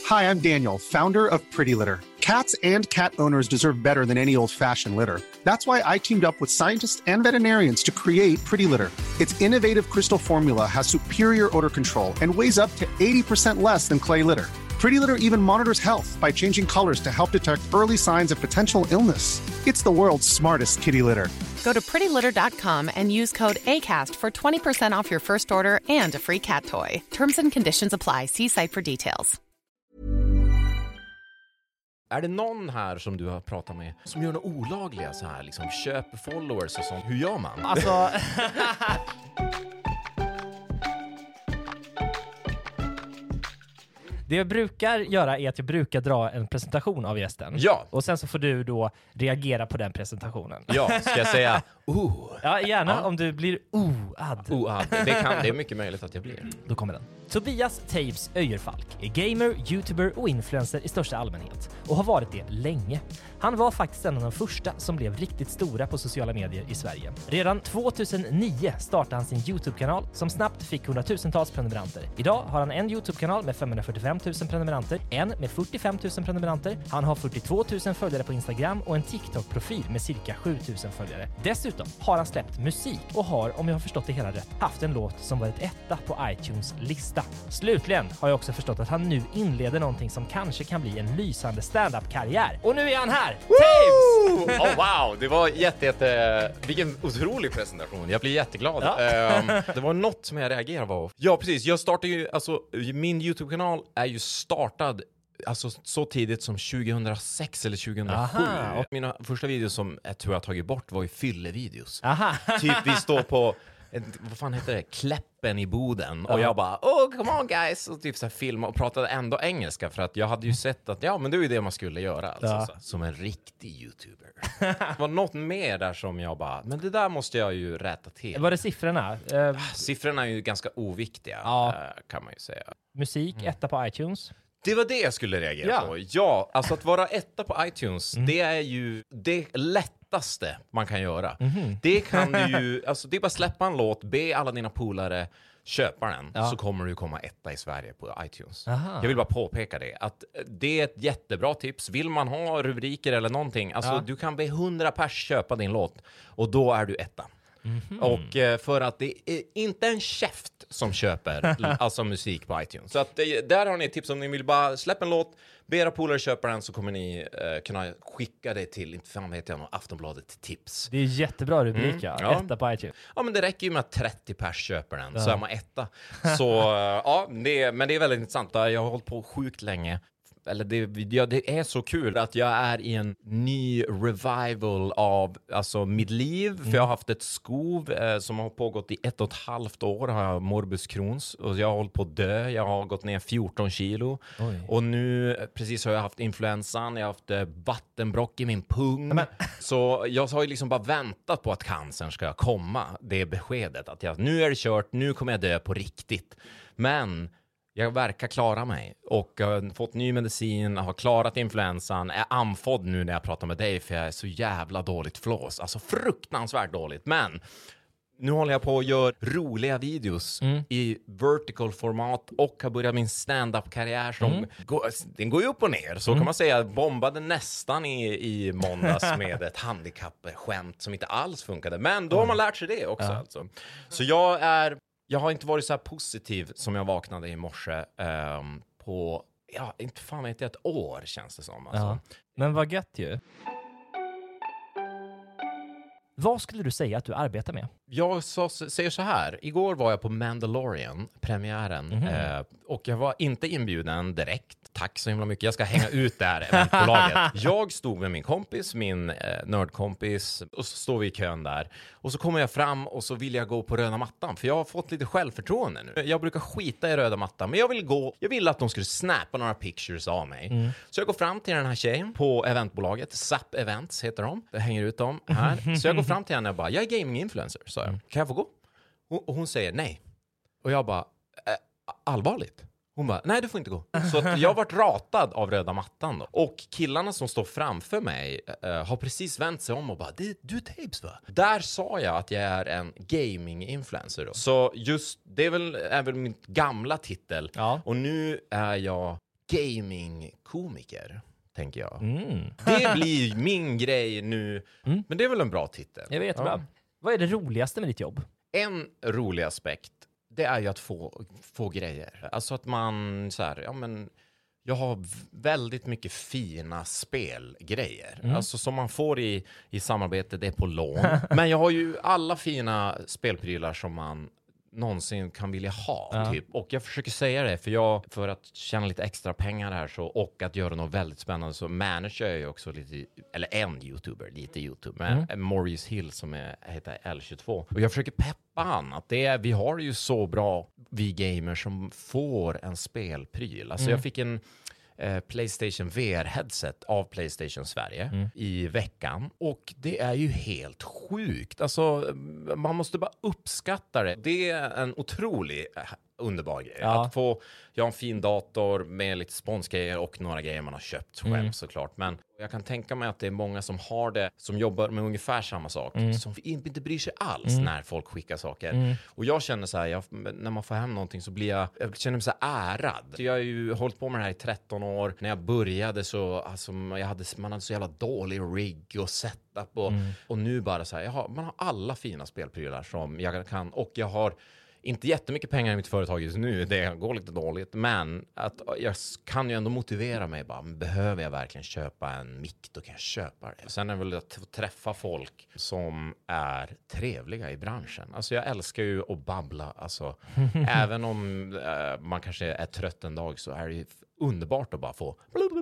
Hi, I'm Daniel, founder of Pretty Litter. Cats and cat owners deserve better than any old-fashioned litter. That's why I teamed up with scientists and veterinarians to create Pretty Litter. Its innovative crystal formula has superior odor control and weighs up to 80% less than clay litter. Pretty Litter even monitors health by changing colors to help detect early signs of potential illness. It's the world's smartest kitty litter. Go to prettylitter.com and use code ACAST for 20% off your first order and a free cat toy. Terms and conditions apply. See site for details. Är det någon här som du har pratat med som gör något olagliga så här, liksom köper followers och sånt? Hur gör man? Alltså... Det jag brukar göra är att jag brukar dra en presentation av gästen. Ja. Och sen så får du då reagera på den presentationen. Ja, ska jag säga Ja, gärna om du blir Det är mycket möjligt att jag blir. Då kommer den. Tobias Tapes Öjerfalk är gamer, youtuber och influencer i största allmänhet och har varit det länge. Han var faktiskt en av de första som blev riktigt stora på sociala medier i Sverige. Redan 2009 startade han sin YouTube-kanal som snabbt fick hundratusentals prenumeranter. Idag har han en YouTube-kanal med 545 000 prenumeranter, en med 45 000 prenumeranter. Han har 42 000 följare på Instagram och en TikTok-profil med cirka 7 000 följare. Dessutom har han släppt musik och har, om jag har förstått det hela rätt, haft en låt som varit etta på iTunes lista. Slutligen har jag också förstått att han nu inleder någonting som kanske kan bli en lysande stand-up-karriär. Och nu är han här! Taves! Oh wow, det var vilken otrolig presentation. Jag blir jätteglad. Ja. Det var något som jag reagerade på. Ja, precis. Jag startade ju, alltså min YouTube-kanal är ju startad alltså så tidigt som 2006 eller 2007. Aha. Och mina första videos som jag tror jag tagit bort var ju fyllevideos. Aha. Typ vi står på vad fan heter det? Kläppen i Boden. Och jag bara, come on guys. Och typ så här filma och pratade ändå engelska. För att jag hade ju sett att, men det är ju det man skulle göra. Alltså, så, som en riktig YouTuber. Det var något mer där som jag bara, men det där måste jag ju rätta till. Var det siffrorna? Siffrorna är ju ganska oviktiga, kan man ju säga. Musik, etta på iTunes. Det var det jag skulle reagera på. Ja, alltså att vara etta på iTunes, det är ju det lättaste man kan göra. Det kan du ju, alltså det är bara släppa en låt, be alla dina polare köpa den, så kommer du komma etta i Sverige på iTunes. Aha. Jag vill bara påpeka det, att det är ett jättebra tips. Vill man ha rubriker eller någonting, alltså du kan be 100 pers köpa din låt och då är du etta. Och för att det är inte en käft som köper alltså musik på iTunes. Så att där har ni ett tips om ni vill bara släppa en låt, be era polare köpa den, så kommer ni kunna skicka det till, inte fan vet jag, Aftonbladet tips. Det är jättebra rubrik, etta på iTunes. Ja, men det räcker ju med att 30 pers köper den, så är man etta. Så men det är väldigt intressant. Jag har hållit på sjukt länge. Eller det är så kul att jag är i en ny revival av alltså mitt liv. För jag har haft ett skov som har pågått i 1,5 år. Har jag morbus Crohns och jag har hållit på att dö. Jag har gått ner 14 kilo. Oj. Och nu precis har jag haft influensan. Jag har haft vattenbrock i min pung. Så jag har ju liksom bara väntat på att cancern ska komma. Det beskedet att nu är det kört. Nu kommer jag dö på riktigt. Men jag verkar klara mig och har fått ny medicin, har klarat influensan, är andfådd nu när jag pratar med dig för jag är så jävla dåligt flås. Alltså fruktansvärt dåligt. Men nu håller jag på att göra roliga videos i vertical format och har börjat min stand-up-karriär som den går ju upp och ner. Så kan man säga, jag bombade nästan i måndags med ett handikappskämt som inte alls funkade. Men då har man lärt sig det också. Alltså. Så jag har inte varit så här positiv som jag vaknade i morse på, inte fan vet jag, ett år känns det som. Alltså. Men vad gött ju. Vad skulle du säga att du arbetar med? Jag säger så här. Igår var jag på Mandalorian, premiären. Och jag var inte inbjuden direkt. Tack så himla mycket. Jag ska hänga ut där eventbolaget. Jag stod med min kompis, min nördkompis. Och så står vi i kön där. Och så kommer jag fram och så vill jag gå på röda mattan. För jag har fått lite självförtroende nu. Jag brukar skita i röda mattan. Men jag ville att de skulle snappa några pictures av mig. Så jag går fram till den här tjejen på eventbolaget. Zap Events heter de. Jag hänger ut dem här. Så jag går fram till henne och bara, jag är gaming-influencer. Så kan jag få gå? Och hon säger nej. Och jag bara, allvarligt? Hon bara, nej du får inte gå. Så att jag har varit ratad av röda mattan då. Och killarna som står framför mig har precis vänt sig om och bara, du Tapes va? Där sa jag att jag är en gaming-influencer då. Så just, det är väl min gamla titel. Och nu är jag gaming-komiker, tänker jag. Det blir min grej nu. Men det är väl en bra titel. Jag vet bra. Vad är det roligaste med ditt jobb? En rolig aspekt, det är ju att få grejer. Alltså att man så här, jag har väldigt mycket fina spelgrejer. Alltså som man får i samarbete, det är på lån. Men jag har ju alla fina spelprylar som man någonsin kan vilja ha typ. Och jag försöker säga det för att tjäna lite extra pengar här och att göra något väldigt spännande, så manager jag ju också en YouTuber, lite YouTube, med Maurice Hill som heter L22. Och jag försöker peppa han att vi har ju så bra vi gamers som får en spelpryl. Alltså jag fick en PlayStation VR-headset av PlayStation Sverige i veckan. Och det är ju helt sjukt. Alltså, man måste bara uppskatta det. Det är en otrolig underbar grej. Att jag har en fin dator med lite sponsgrejer och några grejer man har köpt själv såklart. Men jag kan tänka mig att det är många som har det, som jobbar med ungefär samma sak, som inte bryr sig alls när folk skickar saker. Och jag känner så här, när man får hem någonting så jag känner mig så här ärad. Jag har ju hållit på med det här i 13 år. När jag började så, alltså, man hade så jävla dålig rig och setup och nu bara så här, man har alla fina spelprylar som jag kan, och jag har inte jättemycket pengar i mitt företag just nu. Det går lite dåligt. Men att jag kan ju ändå motivera mig. Behöver jag verkligen köpa en mick, då kan jag köpa det. Sen är det väl att träffa folk som är trevliga i branschen. Alltså jag älskar ju att babbla. Alltså, även om man kanske är trött en dag, så är det ju underbart att bara få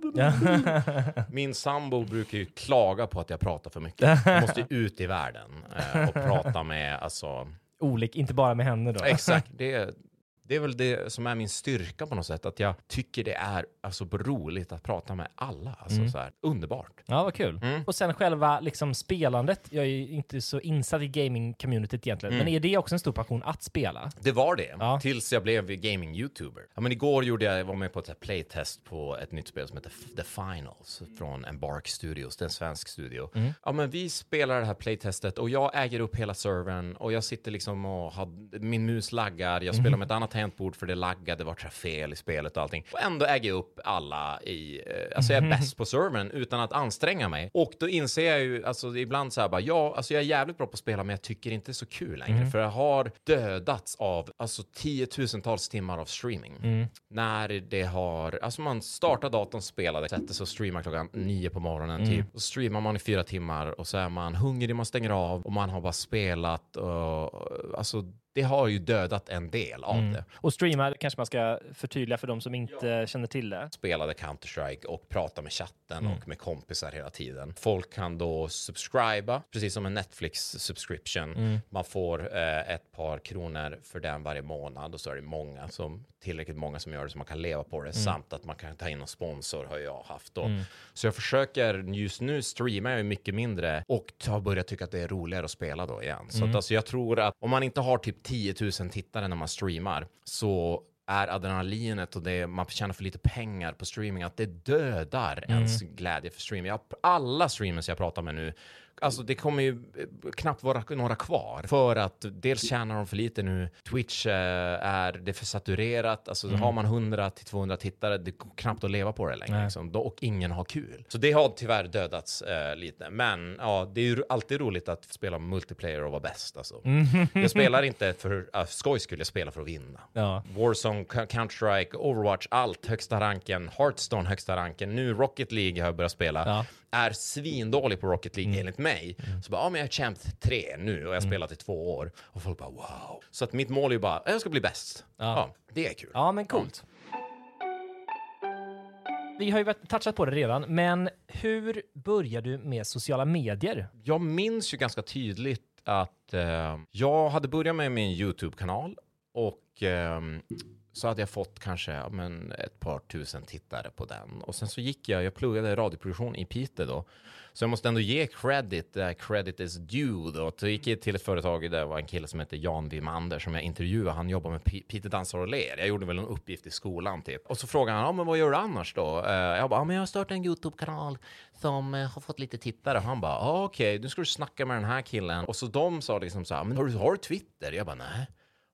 Min sambo brukar ju klaga på att jag pratar för mycket. Jag måste ju ut i världen och prata med, alltså, inte bara med henne då. Exakt, det är väl det som är min styrka på något sätt. Att jag tycker det är alltså roligt att prata med alla. Alltså så här, underbart. Ja, vad kul. Och sen själva liksom spelandet. Jag är ju inte så insatt i gaming-communityt egentligen. Men är det också en stor passion att spela? Det var det. Tills jag blev gaming-youtuber. Ja, men igår jag var med på ett playtest på ett nytt spel som heter The Finals från Embark Studios. Det är en svensk studio. Ja, men vi spelar det här playtestet och jag äger upp hela servern. Och jag sitter liksom och min mus laggar. Jag spelar med ett annat tangentbord för det laggade, det var fel i spelet och allting. Och ändå äger jag upp alla alltså jag är bäst på servern utan att anstränga mig. Och då inser jag ju, alltså ibland så här bara, alltså jag är jävligt bra på att spela, men jag tycker inte det är så kul längre. För jag har dödats av alltså 10,000-tals timmar av streaming. När det har, alltså man startar datorn, spelade, sätter sig och streamar klockan 9 på morgonen typ. Och streamar man i 4 timmar och så är man hungrig, man stänger av och man har bara spelat och alltså det har ju dödat en del av det. Och streama kanske man ska förtydliga för de som inte känner till det. Spelade Counter-Strike och pratade med chatten och med kompisar hela tiden. Folk kan då subscriba, precis som en Netflix-subscription. Man får ett par kronor för den varje månad och så är det tillräckligt många som gör det så man kan leva på det. Samt att man kan ta in en sponsor har jag haft då. Så jag försöker, just nu streamar jag mycket mindre och har börjat tycka att det är roligare att spela då igen. Så att, alltså, jag tror att om man inte har typ 10 000 tittare när man streamar, så är adrenalinet och man tjänar för lite pengar på streaming, att det dödar ens glädje för streaming. Alla streamers jag pratar med nu, alltså det kommer ju knappt vara några kvar. För att dels tjänar de för lite nu. Twitch är det för saturerat. Alltså har man 100-200 tittare, det går knappt att leva på det längre. Liksom. Och ingen har kul. Så det har tyvärr dödats lite. Men ja, det är ju alltid roligt att spela multiplayer och vara bäst. Alltså. Jag spelar inte för skoj skulle jag spela för att vinna. Warzone, Counter-Strike, Overwatch, allt högsta ranken. Hearthstone högsta ranken. Nu Rocket League har jag börjat spela. Är svindålig på Rocket League enligt mig. Så bara, men jag har champ 3 nu och jag har spelat i 2 år. Och folk bara, wow. Så att mitt mål är ju bara, jag ska bli bäst. Ja, det är kul. Ja, men coolt. Vi har ju touchat på det redan, men hur började du med sociala medier? Jag minns ju ganska tydligt att jag hade börjat med min YouTube-kanal och så hade jag fått kanske ett par tusen tittare på den. Och sen så jag pluggade radioproduktion i Piteå då. Så jag måste ändå ge credit is due då. Så gick jag till ett företag där var en kille som heter Jan Wimander som jag intervjuade. Han jobbar med Piteå Dansar och Ler. Jag gjorde väl en uppgift i skolan typ. Och så frågade han, men vad gör du annars då? Jag bara, men jag har startat en YouTube-kanal som har fått lite tittare. Och han bara, okej, nu ska du snacka med den här killen. Och så de sa liksom så här, men har du Twitter? Jag bara, nej.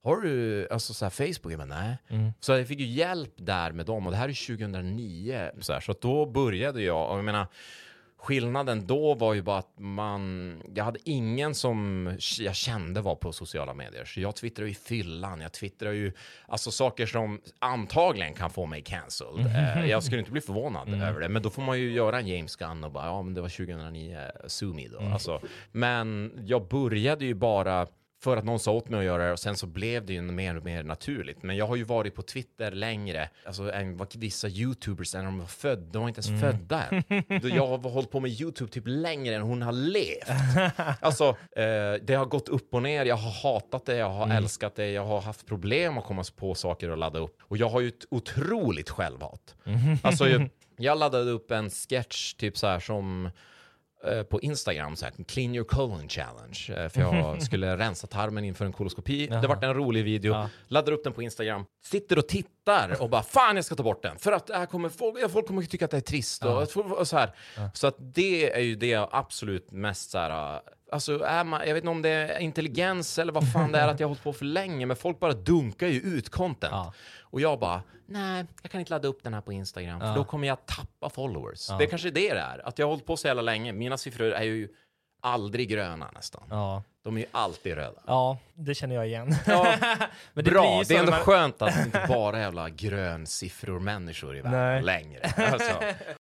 har du alltså så här Facebook? Men nej. Så jag fick ju hjälp där med dem, och det här är 2009 så att då började jag, och jag menar, skillnaden då var ju bara att jag hade ingen som jag kände var på sociala medier. Så jag twittrar i fyllan. Jag twittrar ju alltså saker som antagligen kan få mig cancelled. Jag skulle inte bli förvånad över det. Men då får man ju göra en James Gunn och bara, men det var 2009, sue me då. Alltså, men jag började ju bara för att någon sa åt mig att göra det, och sen så blev det ju mer och mer naturligt. Men jag har ju varit på Twitter längre, alltså än vad vissa YouTubers när de var födda. De var inte ens födda än. Jag har hållit på med YouTube typ längre än hon har levt. Alltså, det har gått upp och ner. Jag har hatat det, jag har älskat det. Jag har haft problem att komma på saker och ladda upp. Och jag har ju ett otroligt självhat. Alltså, jag laddade upp en sketch typ så här som... på Instagram, så här, Clean Your Colon Challenge, för jag skulle rensa tarmen inför en koloskopi. Det var en rolig video. Laddar upp den på Instagram, sitter och tittar och bara, fan jag ska ta bort den, för att här kommer folk kommer tycka att det är trist och så här. Så att det är ju det absolut mest så här, alltså jag vet inte om det är intelligens eller vad fan det är att jag har hållit på för länge, men folk bara dunkar ju ut content. Och jag bara, nej, jag kan inte ladda upp den här på Instagram, för då kommer jag tappa followers. Det är kanske det är, att jag har hållit på så jävla länge. Mina siffror är ju aldrig gröna nästan. De är ju alltid röda. Ja, det känner jag igen. Men bra, det är ändå skönt att det inte bara jävla grönsiffror människor i världen längre. Alltså.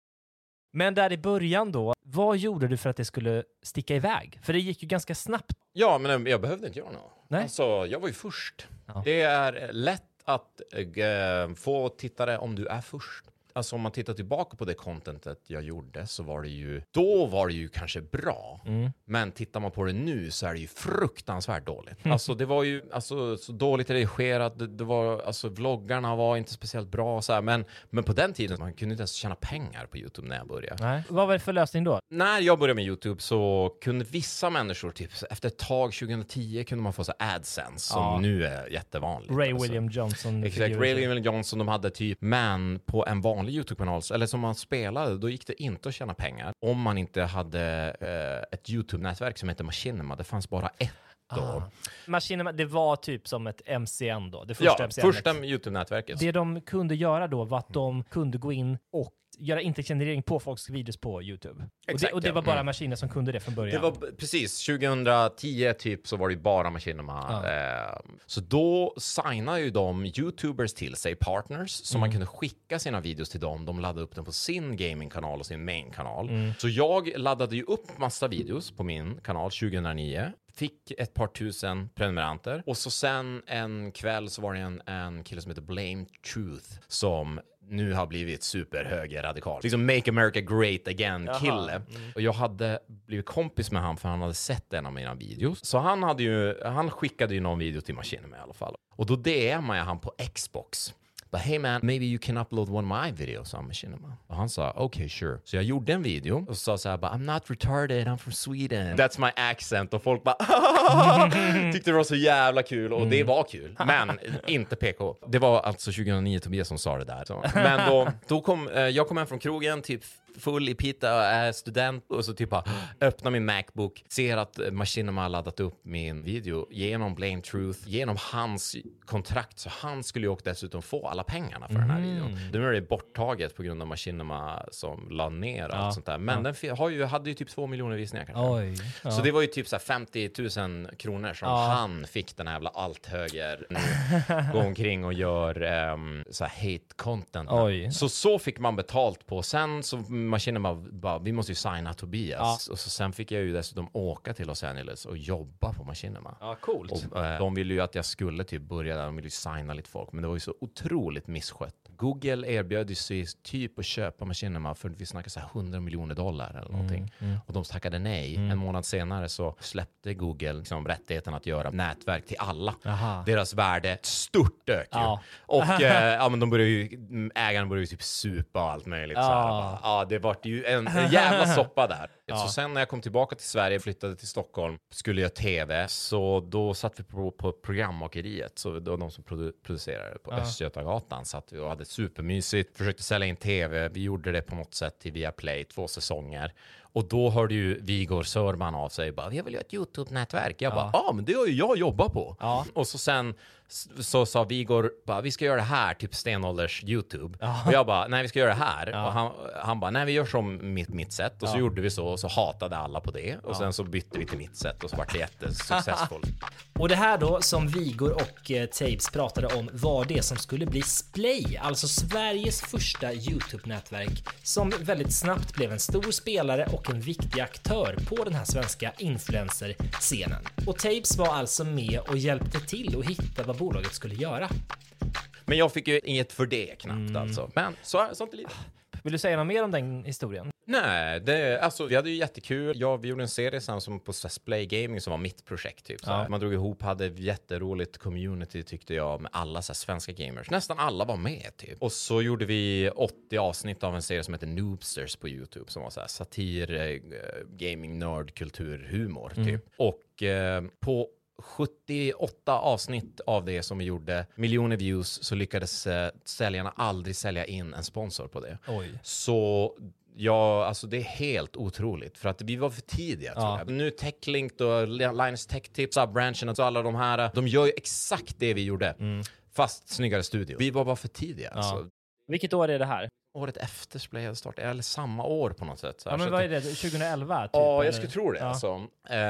Men där i början då, vad gjorde du för att det skulle sticka iväg? För det gick ju ganska snabbt. Ja, men jag behövde inte göra något. Nej. Alltså, jag var ju först. Det är lätt att få tittare om du är först. Alltså om man tittar tillbaka på det contentet jag gjorde, så var det ju kanske bra. Men tittar man på det nu så är det ju fruktansvärt dåligt. Alltså det var ju så dåligt redigerat. Det var, alltså vloggarna var inte speciellt bra så här, men på den tiden man kunde inte ens tjäna pengar på YouTube när jag började. Nej. Vad var det för lösning då? När jag började med YouTube så kunde vissa människor typ efter ett tag 2010 kunde man få så AdSense som nu är jättevanligt. Ray William Johnson. Exakt, Ray William Johnson, de hade typ, men på en vanlig YouTube-kanal, eller som man spelade, då gick det inte att tjäna pengar om man inte hade ett YouTube-nätverk som heter Machinima. Det fanns bara ett då. Machinima, det var typ som ett MCN då? Det första MCN. Första YouTube-nätverket. Det de kunde göra då var att de kunde gå in och göra intäktsgenerering på folks videos på YouTube. Exakt, och det var bara Machinima som kunde det från början. Det var precis 2010 typ, så var det bara Machinima. Så då signade ju de YouTubers till sig partners, så man kunde skicka sina videos till dem. De laddade upp den på sin gamingkanal och sin main-kanal. Så jag laddade ju upp massa videos på min kanal 2009. Fick ett par tusen prenumeranter. Och så sen en kväll så var det en kille som heter Blame Truth som nu har blivit superhögerradikal. Liksom Make America Great Again kille. Och jag hade blivit kompis med han för han hade sett en av mina videos. Så han skickade ju någon video till Machinima i alla fall. Och då DMade jag han på Xbox. But hey man, maybe you can upload one of my videos on Machinima. Och han sa, okay, sure. Så jag gjorde en video och sa så här, I'm not retarded, I'm from Sweden. That's my accent. Och folk bara, tyckte det var så jävla kul. Och det var kul, men inte PK. Det var alltså 2009 Tobias som sa det där. Så. Men då kom jag hem från krogen, typ full i pita, är student, och så typ öppnar min MacBook, ser att Machinima har laddat upp min video genom Blame Truth, genom hans kontrakt, så han skulle ju också dessutom få alla pengarna för den här videon. Nu är det borttaget på grund av Machinima som la ner allt sånt där, men den hade ju typ 2 miljoner visningar kanske. Så det var ju typ så här 50 000 kronor som han fick, den här jävla allt höger gå omkring och gör så här hate content. Så fick man betalt på. Sen så Machinima bara, vi måste ju signa Tobias. Och så sen fick jag ju dessutom åka till Los Angeles och jobba på Machinima. Ja, coolt. Och, de ville ju att jag skulle typ börja där, de ville ju signa lite folk, men det var ju så otroligt misskött. Google erbjöd ju sig typ att köpa Machinima för vi snackar så här $100 miljoner eller någonting. Och de tackade nej. En månad senare så släppte Google liksom rättigheten att göra nätverk till alla. Deras värde stort dök ju. Och men ägaren började ju typ supa och allt möjligt. Så det var ju en jävla soppa där. Så sen när jag kom tillbaka till Sverige, flyttade till Stockholm, skulle jag tv, så då satt vi på programmakeriet. Så det var de som producerade på Östgötagatan, satt vi och hade supermysigt, försökte sälja in tv. Vi gjorde det på något sätt till Viaplay, 2 säsonger. Och då hörde ju Vigor Sörman av sig bara, jag vill göra ett YouTube-nätverk. Jag bara, men det har ju jag jobbat på. Ja. Och så sen så sa Vigor bara, vi ska göra det här, typ stenålders YouTube. Ja. Och jag bara, nej vi ska göra det här. Ja. Och han bara, nej vi gör som mitt sätt. Och så gjorde vi så, och så hatade alla på det. Och sen så bytte vi till mitt sätt och så var det jättesuccessfullt. Och det här då som Vigor och Tapes pratade om var det som skulle bli Splay, alltså Sveriges första YouTube-nätverk som väldigt snabbt blev en stor spelare och en viktig aktör på den här svenska influencer-scenen. Och Tapes var alltså med och hjälpte till att hitta vad bolaget skulle göra. Men jag fick ju inget för det knappt alltså. Men sånt är livet. Vill du säga något mer om den historien? Nej, vi hade ju jättekul. Vi gjorde en serie som på Splay Gaming som var mitt projekt typ. Man drog ihop, hade ett jätteroligt community tyckte jag med alla så svenska gamers. Nästan alla var med typ. Och så gjorde vi 80 avsnitt av en serie som heter Noobsters på YouTube som var så här satir, gaming, nörd, kultur, humor typ. Och på 78 avsnitt av det som vi gjorde, miljoner views, så lyckades säljarna aldrig sälja in en sponsor på det. Oj. Så ja, alltså det är helt otroligt för att vi var för tidiga tror jag. Nu TechLink och Linus Tech Tips, Subbranchen och så alla de här, de gör ju exakt det vi gjorde. Fast snyggare studio. Vi var bara för tidiga alltså. Vilket år är det här? Året efter Splay hade startat, eller samma år på något sätt. Ja, men vad är det? 2011? Typ, ja, jag skulle tro det. Alltså.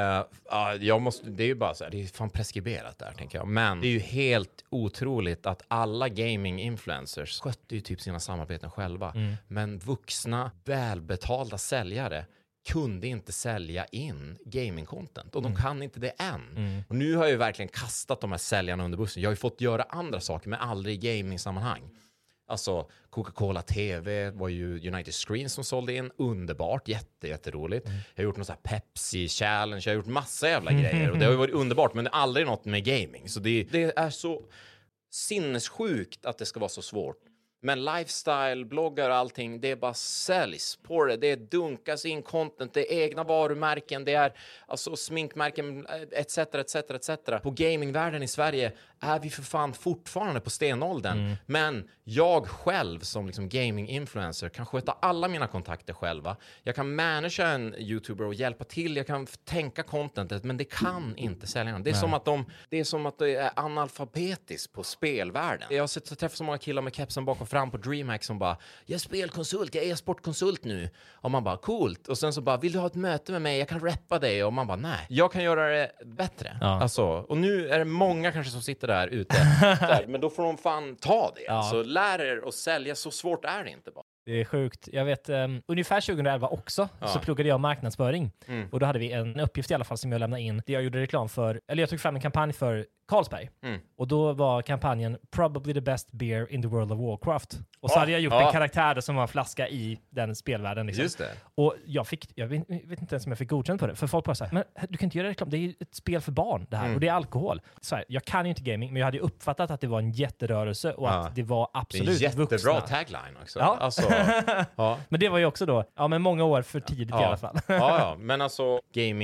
Det är ju bara så här, det är fan preskriberat där, tänker jag. Men det är ju helt otroligt att alla gaming-influencers skötte ju typ sina samarbeten själva. Men vuxna, välbetalda säljare kunde inte sälja in gaming-content. Och de kan inte det än. Och nu har jag ju verkligen kastat de här säljarna under bussen. Jag har ju fått göra andra saker, men aldrig i gaming-sammanhang. Alltså Coca-Cola TV var ju United Screen som sålde in. Underbart, jätteroligt. Jag har gjort någon sån här Pepsi Challenge. Jag har gjort massa jävla grejer. Och det har ju varit underbart, men det är aldrig något med gaming. Så det är så sinnessjukt att det ska vara så svårt. Men lifestyle, bloggar och allting, det är bara säljs på det. Det är dunkas in content, det är egna varumärken, det är alltså sminkmärken, etc. På gamingvärlden i Sverige är vi för fan fortfarande på stenåldern. Men jag själv som liksom gaming-influencer kan sköta alla mina kontakter själva. Jag kan managera en YouTuber och hjälpa till. Jag kan tänka contentet, men det kan inte säljarna. Det är som att det är analfabetiskt på spelvärlden. Jag har träffat så många killar med kepsen bakom fram på DreamHack som bara, jag är spelkonsult, jag är e-sportkonsult nu. Och man bara, coolt. Och sen så bara, vill du ha ett möte med mig? Jag kan rappa dig. Och man bara, nej. Jag kan göra det bättre. Alltså, och nu är det många kanske som sitter där ute. Där, men då får de fan ta det. Alltså, lär er att sälja, så svårt är det inte bara. Det är sjukt. Jag vet, ungefär 2011 också så pluggade jag marknadsföring. Och då hade vi en uppgift i alla fall som jag lämnade in. Det jag gjorde reklam för, eller jag tog fram en kampanj för Carlsberg. Och då var kampanjen Probably the best beer in the world of Warcraft. Och så hade jag gjort en karaktär som var en flaska i den spelvärlden. Liksom. Just det. Och jag vet inte ens om jag fick godkänt på det. För folk bara så här, men du kan inte göra reklam. Det är ju ett spel för barn det här. Och det är alkohol. Så här, jag kan ju inte gaming, men jag hade ju uppfattat att det var en jätterörelse och att det var absolut vuxna. Det är en jättebra tagline också. Ja. Alltså, men det var ju också då, men många år för tidigt i alla fall. Men alltså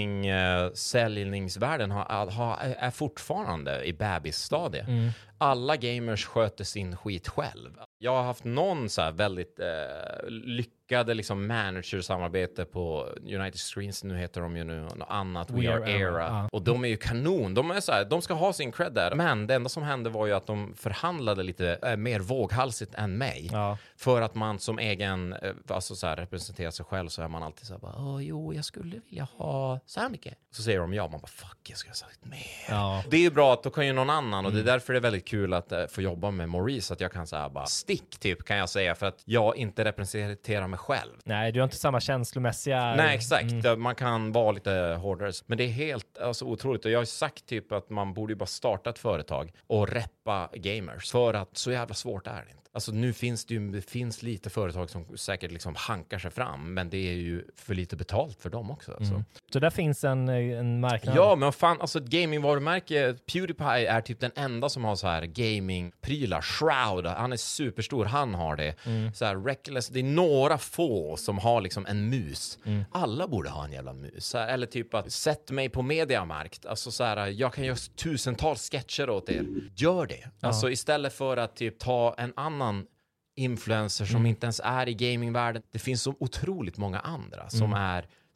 gaming-säljningsvärlden är fortfarande i bebisstadie. Alla gamers sköter sin skit själv. Jag har haft någon så här väldigt lyckade liksom manager-samarbete på United Screens. Nu heter de ju något annat. We Are Era. Och de är ju kanon. De är så här, de ska ha sin cred där. Men det enda som hände var ju att de förhandlade lite mer våghalsigt än mig. För att man som egen alltså så här, representerar sig själv, så är man alltid så här bara, jo, jag skulle vilja ha så här mycket. Så säger de ja, man bara, fuck, jag ska ha sagt mer. Det är ju bra att då kan ju någon annan, och det är därför det är väldigt kul att få jobba med Maurice, att jag kan säga bara stick typ, kan jag säga, för att jag inte representerar mig själv. Nej, du har inte samma känslomässiga... Nej, exakt. Man kan vara lite hårdare. Men det är helt alltså, otroligt. Och jag har sagt typ att man borde ju bara starta ett företag och reppa gamers. För att så jävla svårt är det inte. Alltså nu finns det finns lite företag som säkert liksom hankar sig fram, men det är ju för lite betalt för dem också. Alltså. Så där finns en marknad? Ja, men fan, alltså ett gamingvarumärke, PewDiePie är typ den enda som har så här gamingprylar. Shroud, han är superstor, han har det. Så här Reckless, det är några få som har liksom en mus. Alla borde ha en jävla mus. Här, eller typ att sätt mig på Mediamarkt. Alltså så här, jag kan göra tusentals sketcher åt er. Gör det. Alltså istället för att typ ta en annan influencer som inte ens är i gamingvärlden. Det finns så otroligt många andra som är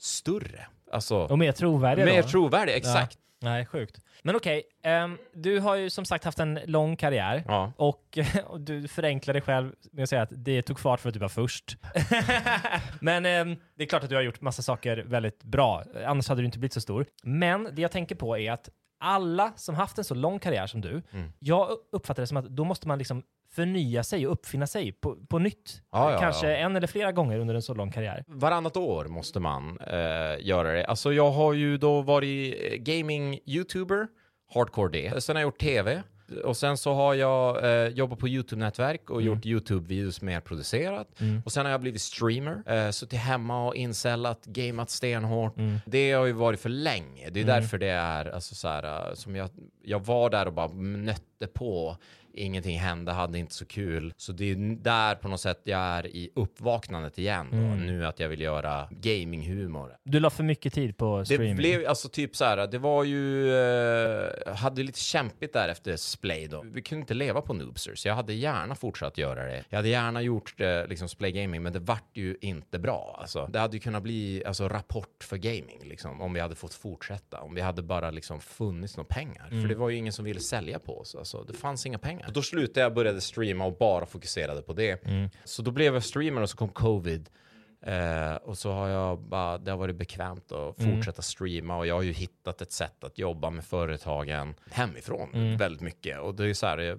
större. Alltså, Och mer trovärdiga mer då? trovärdiga, exakt. Ja. Nej, sjukt. Men okej, du har ju som sagt haft en lång karriär och du förenklar dig själv med att säga att det tog fart för att du var först. Men det är klart att du har gjort massa saker väldigt bra, annars hade du inte blivit så stor. Men det jag tänker på är att alla som haft en så lång karriär som du, jag uppfattar det som att då måste man liksom förnya sig och uppfinna sig på nytt. Kanske en eller flera gånger under en så lång karriär. Varannat år måste man göra det. Alltså jag har ju då varit gaming-youtuber, hardcore det. Sen har jag gjort tv. Och sen så har jag jobbat på YouTube-nätverk och gjort YouTube-videos mer producerat. Och sen har jag blivit streamer. Suttit hemma och insällat, gameat stenhårt. Det har ju varit för länge. Det är därför det är alltså, så här, som jag var där och bara nötte på. Ingenting hände, hade inte så kul. Så det är där på något sätt jag är i uppvaknandet igen då. Nu att jag vill göra gaminghumor. Du la för mycket tid på streaming. Det blev alltså typ så här, det var ju hade lite kämpigt där efter Splay då. Vi kunde inte leva på Noobsters. Jag hade gärna fortsatt göra det. Jag hade gärna gjort liksom Splay Gaming, men det vart ju inte bra. Alltså, det hade ju kunnat bli alltså rapport för gaming liksom, om vi hade fått fortsätta. Om vi hade bara liksom funnits några pengar. För det var ju ingen som ville sälja på oss. Alltså, det fanns inga pengar. Och då slutade jag, började streama och bara fokuserade på det. Så då blev jag streamer och så kom covid. Och så har jag bara, det har varit bekvämt att fortsätta streama, och jag har ju hittat ett sätt att jobba med företagen hemifrån väldigt mycket, och det är så här,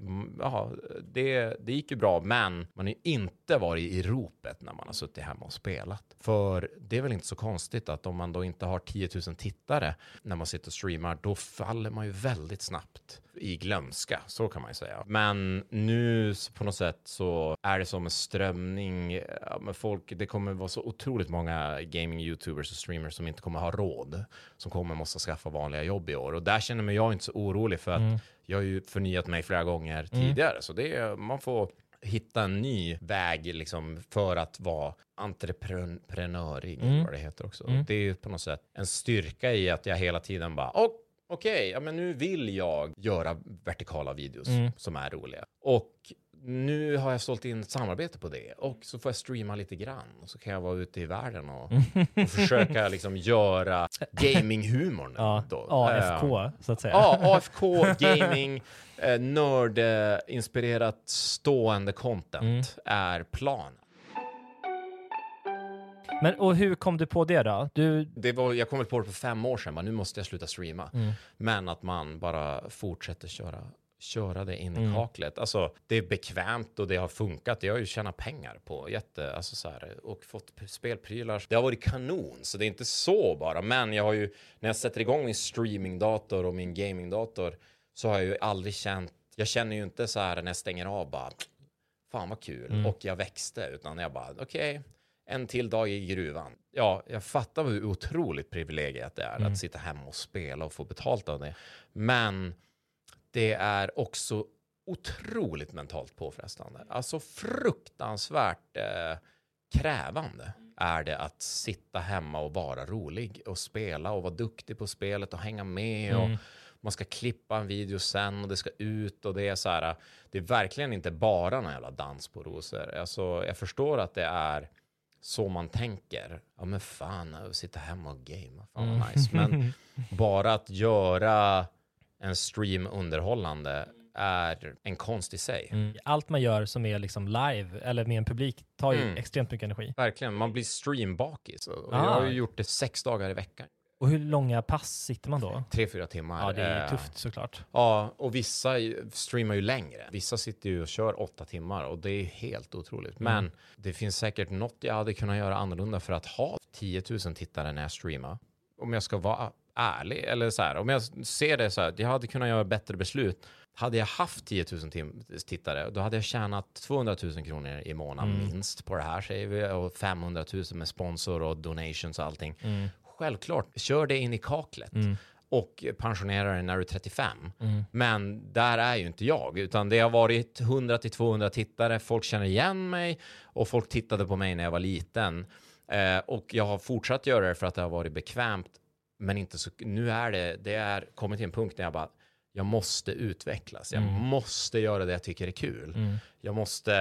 det gick ju bra, men man har ju inte varit i ropet när man har suttit hemma och spelat, för det är väl inte så konstigt att om man då inte har 10 000 tittare när man sitter och streamar, då faller man ju väldigt snabbt i glömska, så kan man ju säga. Men nu på något sätt så är det som en strömning med folk. Det kommer vara så otroligt många gaming-youtubers och streamers som inte kommer ha råd, som kommer måste skaffa vanliga jobb i år. Och där känner mig jag inte så orolig, för att jag har ju förnyat mig flera gånger tidigare. Så det är, man får hitta en ny väg liksom, för att vara entreprenörig, vad det heter också. Det är på något sätt en styrka i att jag hela tiden bara, okej, ja, men nu vill jag göra vertikala videos som är roliga. Och nu har jag sålt in ett samarbete på det. Och så får jag streama lite grann. Och så kan jag vara ute i världen och försöka liksom göra gaminghumorn. AFK, så att säga. Ja, AFK, gaming, nörd-inspirerat stående content är planen. Men och hur kom du på det då? Jag kom på det för 5 år sedan, men nu måste jag sluta streama. Men att man bara fortsätter köra det in i kaklet. Alltså, det är bekvämt och det har funkat. Jag har ju tjänat pengar på alltså så här, och fått spelprylar. Det har varit kanon, så det är inte så bara. Men jag har ju, när jag sätter igång min streamingdator och min gamingdator, så har jag ju aldrig jag känner ju inte så här när jag stänger av bara, fan vad kul. Och jag växte, utan jag bara, okej. En till dag i gruvan. Ja, jag fattar hur otroligt privilegiet det är att sitta hemma och spela och få betalt av det. Men det är också otroligt mentalt påfrestande. Alltså fruktansvärt krävande är det att sitta hemma och vara rolig och spela och vara duktig på spelet och hänga med och man ska klippa en video sen och det ska ut och det är så här, det är verkligen inte bara en jävla dans på rosor. Alltså jag förstår att det är så man tänker. Ja men fan, att sitta hemma och gamea. Fan vad nice. Men bara att göra en stream underhållande är en konst i sig. Allt man gör som är liksom live eller med en publik tar ju extremt mycket energi. Verkligen, man blir streambakis. Och jag har ju gjort det 6 dagar i veckan. Och hur långa pass sitter man då? 3-4 timmar. Ja, det är tufft såklart. Ja, och vissa streamar ju längre. Vissa sitter ju och kör 8 timmar och det är helt otroligt. Men det finns säkert något jag hade kunnat göra annorlunda för att ha 10 000 tittare när jag streamar. Om jag ska vara ärlig, eller så här, om jag ser det så här, jag hade kunnat göra bättre beslut. Hade jag haft 10 000 tittare, då hade jag tjänat 200 000 kronor i månaden minst på det här, säger vi, och 500 000 med sponsor och donations och allting. Självklart, kör det in i kaklet och pensionera dig när du är 35. Men där är ju inte jag, utan det har varit 100-200 tittare, folk känner igen mig och folk tittade på mig när jag var liten. Och jag har fortsatt göra det för att det har varit bekvämt, men inte så, nu är det är kommit till en punkt där jag bara, jag måste utvecklas. Jag måste göra det jag tycker är kul. Jag måste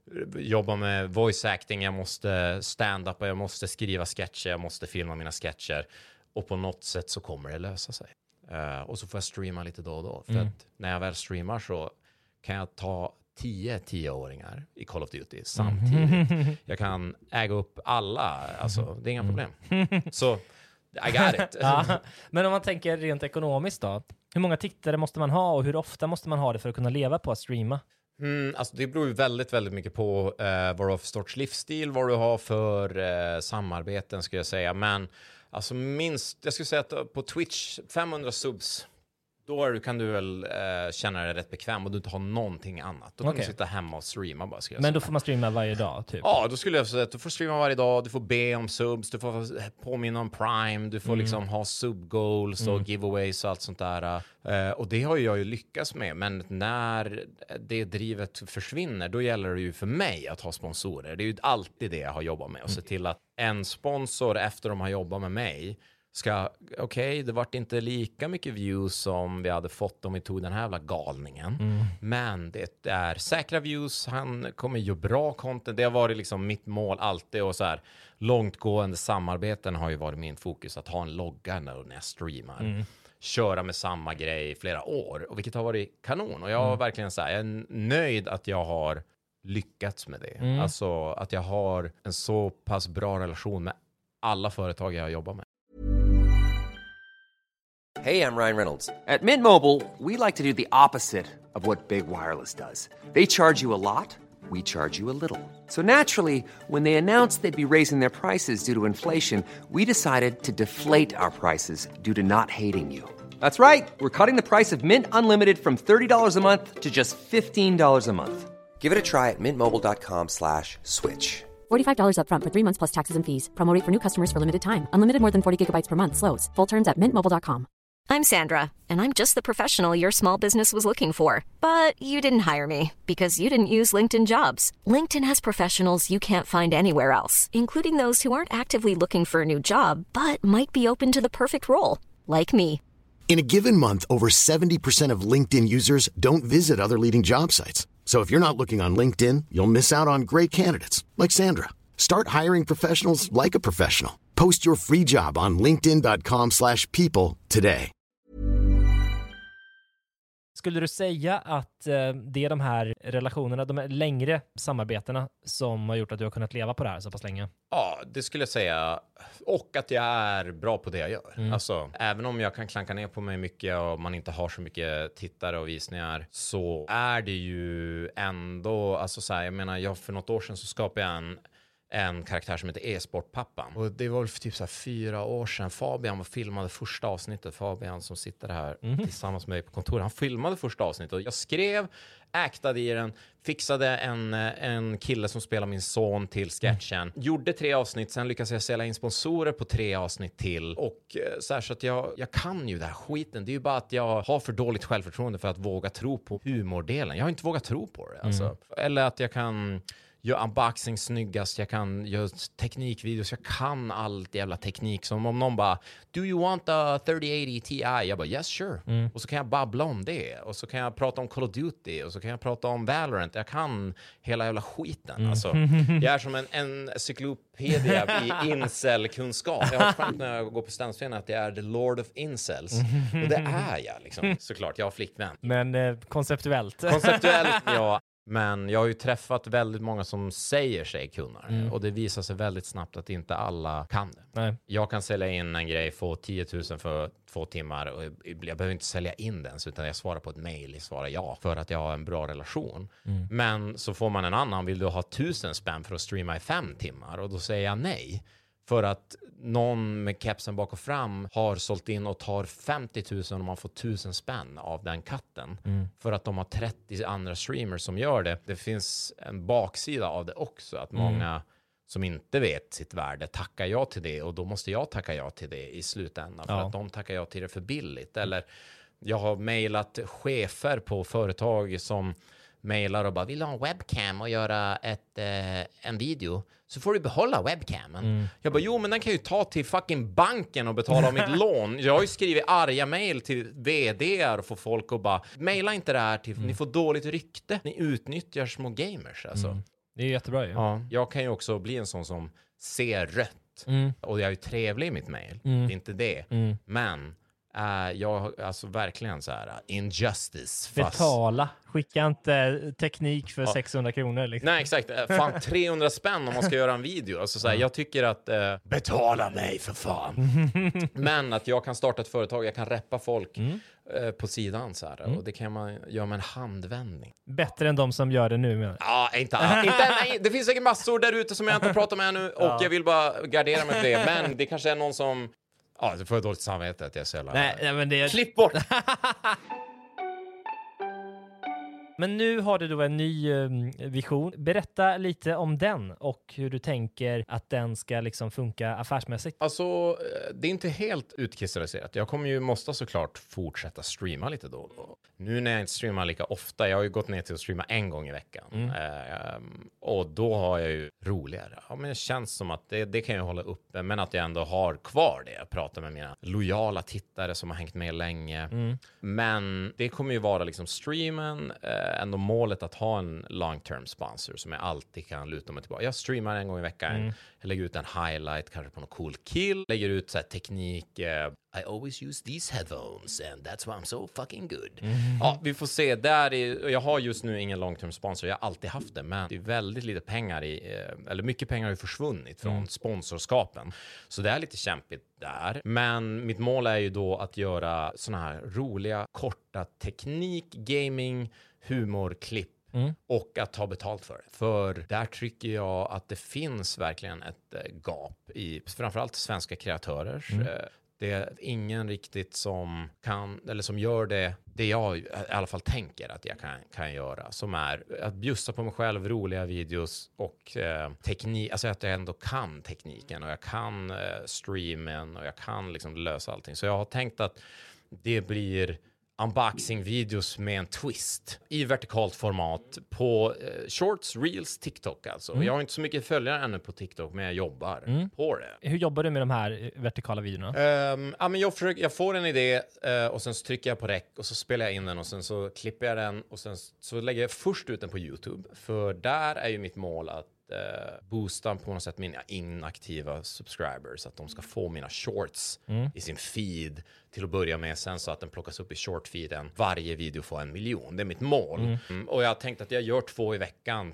jobba med voice acting, jag måste stand-up, jag måste skriva sketcher, jag måste filma mina sketcher. Och på något sätt så kommer det lösa sig. Och så får jag streama lite då och då. För att när jag väl streamar så kan jag ta 10-åringar i Call of Duty samtidigt. Jag kan äga upp alla. Alltså, det är inga problem. Så, I got it. Men om man tänker rent ekonomiskt då. Hur många tittare måste man ha och hur ofta måste man ha det för att kunna leva på att streama? Alltså det beror ju väldigt, väldigt mycket på vad du har för sorts livsstil, vad du har för samarbeten skulle jag säga. Men alltså minst, jag skulle säga att på Twitch 500 subs, då kan du väl känna dig rätt bekväm och du inte har någonting annat. Då kan du sitta hemma och streama bara. Men då får man streama varje dag typ? Ja, då skulle jag säga att du får streama varje dag, du får be om subs, du får påminna om Prime, du får liksom ha sub-goals och giveaways och allt sånt där. Och det har jag ju lyckats med, men när det drivet försvinner, då gäller det ju för mig att ha sponsorer. Det är ju alltid det jag har jobbat med, och se till att en sponsor efter de har jobbat med mig ska, det vart inte lika mycket views som vi hade fått om vi tog den här jävla galningen. Men det är säkra views, han kommer göra bra content. Det har varit liksom mitt mål alltid, och så här långtgående samarbeten har ju varit min fokus, att ha en logga när jag streamar. Köra med samma grej i flera år, och vilket har varit kanon. Och jag har verkligen så här, jag är nöjd att jag har lyckats med det. Alltså att jag har en så pass bra relation med alla företag jag jobbar med. Hey, I'm Ryan Reynolds. At Mint Mobile, we like to do the opposite of what Big Wireless does. They charge you a lot, we charge you a little. So naturally, when they announced they'd be raising their prices due to inflation, we decided to deflate our prices due to not hating you. That's right. We're cutting the price of Mint Unlimited from $30 a month to just $15 a month. Give it a try at mintmobile.com/switch. $45 up front for 3 months plus taxes and fees. Promo rate for new customers for limited time. Unlimited more than 40 gigabytes per month slows. Full terms at mintmobile.com. I'm Sandra, and I'm just the professional your small business was looking for. But you didn't hire me because you didn't use LinkedIn Jobs. LinkedIn has professionals you can't find anywhere else, including those who aren't actively looking for a new job, but might be open to the perfect role, like me. In a given month, over 70% of LinkedIn users don't visit other leading job sites. So if you're not looking on LinkedIn, you'll miss out on great candidates like Sandra. Start hiring professionals like a professional. Post your free job on linkedin.com/people today. Skulle du säga att det är de här relationerna, de här längre samarbetena som har gjort att du har kunnat leva på det här så pass länge? Ja, det skulle jag säga. Och att jag är bra på det jag gör. Alltså, även om jag kan klanka ner på mig mycket och man inte har så mycket tittare och visningar, så är det ju ändå, alltså så här, jag menar, för något år sedan så skapade jag en karaktär som heter e-sportpappan. Och det var för typ så här 4 år sedan. Fabian filmade första avsnittet. Fabian som sitter här tillsammans med mig på kontoret. Han filmade första avsnittet. Och jag skrev, actade i den, fixade en kille som spelar min son till sketchen. Gjorde 3 avsnitt, sen lyckades jag sälja in sponsorer på 3 avsnitt till. Och så här, så att jag kan ju det här skiten. Det är ju bara att jag har för dåligt självförtroende för att våga tro på humordelen. Jag har inte vågat tro på det. Alltså. Eller att jag kan gör unboxing snyggast, jag kan göra teknikvideos, jag kan allt jävla teknik. Som om någon bara, do you want a 3080 Ti? Jag bara, yes sure. Och så kan jag babbla om det. Och så kan jag prata om Call of Duty. Och så kan jag prata om Valorant. Jag kan hela jävla skiten. Alltså, jag är som en encyklopedia i incel-kunskap. Jag har skämt när jag går på standscenen att jag är the Lord of Incels. Och det är jag liksom, såklart. Jag har flickvän. Men konceptuellt. Konceptuellt, ja. Men jag har ju träffat väldigt många som säger sig kunna det. Och det visar sig väldigt snabbt att inte alla kan det. Nej. Jag kan sälja in en grej, få 10 000 för 2 timmar. Och jag behöver inte sälja in den, utan jag svarar på ett mejl, jag svarar ja. För att jag har en bra relation. Men så får man en annan, vill du ha 1000 spänn för att streama i 5 timmar? Och då säger jag nej. För att någon med kepsen bak och fram har sålt in och tar 50 000 och man får 1000 spänn av den katten. För att de har 30 andra streamers som gör det. Det finns en baksida av det också. Att många som inte vet sitt värde tackar ja till det. Och då måste jag tacka ja till det i slutändan. För att de tackar ja till det för billigt. Eller jag har mejlat chefer på företag som mejlar och bara, vill ha en webcam och göra en video, så får du behålla webcamen. Jag bara, jo men den kan ju ta till fucking banken och betala av mitt lån. Jag har ju skrivit arga mejl till vd:ar och får folk och bara, mejla inte det här till, ni får dåligt rykte. Ni utnyttjar små gamers alltså. Det är jättebra ju. Ja. Jag kan ju också bli en sån som ser rött. Och jag är ju trevlig i mitt mejl. Det är inte det. Men jag alltså verkligen så här injustice. Betala. Skicka inte teknik för 600 kronor. Liksom. Nej, exakt. Fan, 300 spänn om man ska göra en video. Alltså, så här, jag tycker att betala mig för fan. Men att jag kan starta ett företag, jag kan reppa folk på sidan så här. Och det kan man göra med en handvändning. Bättre än de som gör det nu. Men... Ja, nej, det finns säkert massor där ute som jag inte pratar med nu. Och jag vill bara gardera mig för det. Men det kanske är någon som... Ja, det får jag dåligt samvete att jag är Nej, men det... Klipp bort! Men nu har du då en ny vision. Berätta lite om den och hur du tänker att den ska liksom funka affärsmässigt. Alltså, det är inte helt utkristalliserat. Jag kommer ju måste såklart fortsätta streama lite då och då. Nu när jag inte streamar lika ofta, jag har ju gått ner till att streama en gång i veckan. Och då har jag ju roligare. Ja, men det känns som att det kan jag hålla uppe, men att jag ändå har kvar det. Jag pratar med mina lojala tittare som har hängt med länge. Men det kommer ju vara liksom streamen, ändå målet att ha en long-term sponsor som jag alltid kan luta mig tillbaka. Jag streamar en gång i veckan. Jag lägger ut en highlight, kanske på någon cool kill. Lägger ut så här teknik. I always use these headphones and that's why I'm so fucking good. Ja, vi får se. Jag har just nu ingen long-term sponsor. Jag har alltid haft det, men det är väldigt lite pengar eller mycket pengar har ju försvunnit från sponsorskapen. Så det är lite kämpigt där. Men mitt mål är ju då att göra såna här roliga, korta teknik, gaming, humorklipp och att ta betalt för det. För där tycker jag att det finns verkligen ett gap i framförallt svenska kreatörer. Det är ingen riktigt som kan eller som gör det jag i alla fall tänker att jag kan göra, som är att bjussa på mig själv, roliga videos och teknik, alltså att jag ändå kan tekniken och jag kan streamen och jag kan liksom lösa allting. Så jag har tänkt att det blir unboxing-videos med en twist i vertikalt format på shorts, reels, TikTok alltså. Jag har inte så mycket följare ännu på TikTok, men jag jobbar på det. Hur jobbar du med de här vertikala videorna? Men jag får en idé och sen så trycker jag på rec och så spelar jag in den och sen så klipper jag den och sen så lägger jag först ut den på YouTube. För där är ju mitt mål att boosta på något sätt mina inaktiva subscribers, att de ska få mina shorts i sin feed till att börja med, sen så att den plockas upp i short-feeden. Varje video får 1 miljon. Det är mitt mål. Och jag har tänkt att jag gör 2 i veckan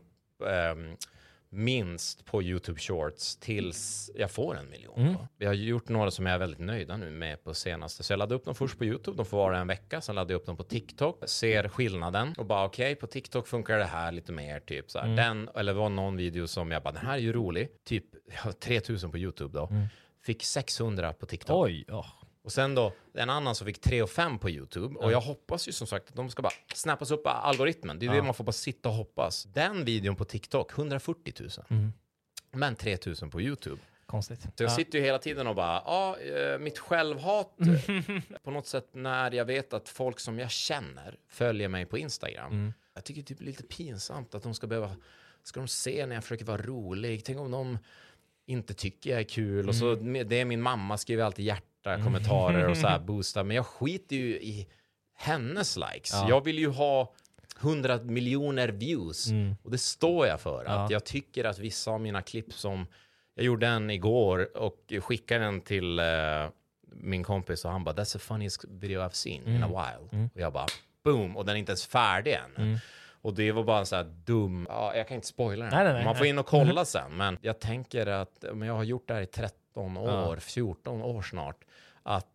minst på YouTube Shorts tills jag får 1 miljon. Jag har gjort några som jag är väldigt nöjda nu med på senaste. Så jag laddade upp dem först på YouTube. De får vara en vecka. Sen laddade jag upp dem på TikTok. Ser skillnaden. Och bara okej, på TikTok funkar det här lite mer. Typ så här. Eller det var någon video som jag bara, den här är ju rolig. Typ 3000 på YouTube då. Fick 600 på TikTok. Oj, Och sen då, en annan som fick 3 och 5 på YouTube. Och jag hoppas ju som sagt att de ska bara snappas upp av algoritmen. Det är det man får bara sitta och hoppas. Den videon på TikTok, 140 000. Men 3 000 på YouTube. Konstigt. Så jag sitter ju hela tiden och bara, mitt självhat på något sätt när jag vet att folk som jag känner följer mig på Instagram. Jag tycker det är lite pinsamt att de ska de se när jag försöker vara rolig. Tänk om de inte tycker jag är kul. Och så det är min mamma skriver alltid kommentarer och så här boostar, men jag skiter ju i hennes likes. Jag vill ju ha 100 miljoner views och det står jag för. Att jag tycker att vissa av mina klipp, som jag gjorde en igår och skickade den till min kompis och han bara, that's the funniest video I've seen in a while. Och jag bara, boom, och den är inte ens färdig än. Och det var bara en så här dum, jag kan inte spoila den. Nej, man får in och kolla sen, men jag tänker att jag har gjort det här i 13 år, 14 år snart, att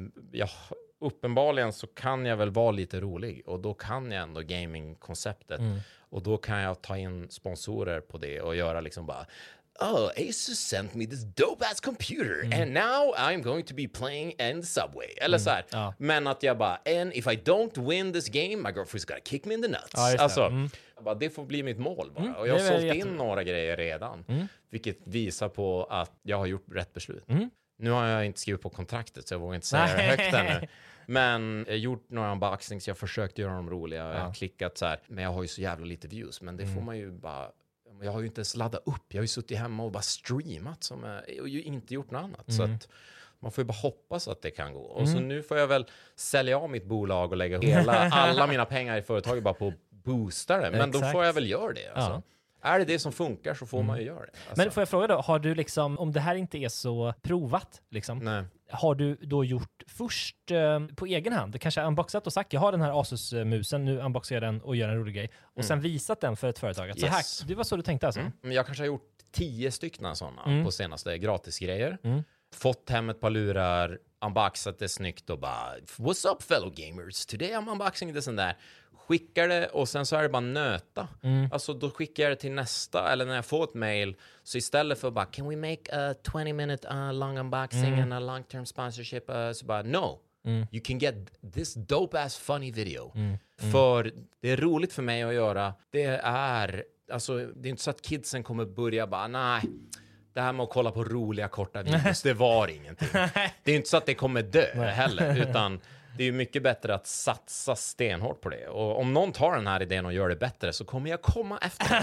uppenbarligen så kan jag väl vara lite rolig och då kan jag ändå gaming-konceptet och då kan jag ta in sponsorer på det och göra liksom bara, Asus sent me this dope-ass computer and now I'm going to be playing in the subway. Eller så här. Men att jag bara, and if I don't win this game, my girlfriend's gonna kick me in the nuts. Alltså, det får bli mitt mål bara. Och jag har sålt in några grejer redan. Vilket visar på att jag har gjort rätt beslut. Nu har jag inte skrivit på kontraktet så jag vågar inte säga det högt ännu. Men jag har gjort några unboxings, jag har försökt göra dem roliga. Jag har klickat så här, men jag har ju så jävla lite views. Men det får man ju bara... Jag har ju inte ens laddat upp. Jag har ju suttit hemma och bara streamat och ju inte gjort något annat. Så att man får ju bara hoppas att det kan gå. Och så nu får jag väl sälja av mitt bolag och lägga alla mina pengar i företaget bara på att boosta det. Men då får jag väl göra det. Alltså. är det som funkar så får man ju göra det. Alltså. Men får jag fråga då, har du liksom, om det här inte är så provat liksom, Nej. har du då gjort först på egen hand, kanske unboxat och sagt, jag har den här Asus-musen, nu unboxar jag den och gör en rolig grej, och sen visat den för ett företag, att så här, det var så du tänkte alltså? Men jag kanske har gjort 10 stycken sådana på senaste gratisgrejer. Fått hem ett par lurar, unboxat det snyggt och bara, what's up fellow gamers, today I'm unboxing this and that. Skickar det och sen så är det bara nöta. Alltså då skickar jag det till nästa, eller när jag får ett mail, så istället för bara, can we make a 20-minute long unboxing and a long-term sponsorship, så bara, no. You can get this dope-ass funny video. För det är roligt för mig att göra. Det är inte så att kidsen kommer börja bara, nej, det här med att kolla på roliga korta videos, det var ingenting. Det är inte så att det kommer dö heller, utan det är ju mycket bättre att satsa stenhårt på det. Och om någon tar den här idén och gör det bättre så kommer jag komma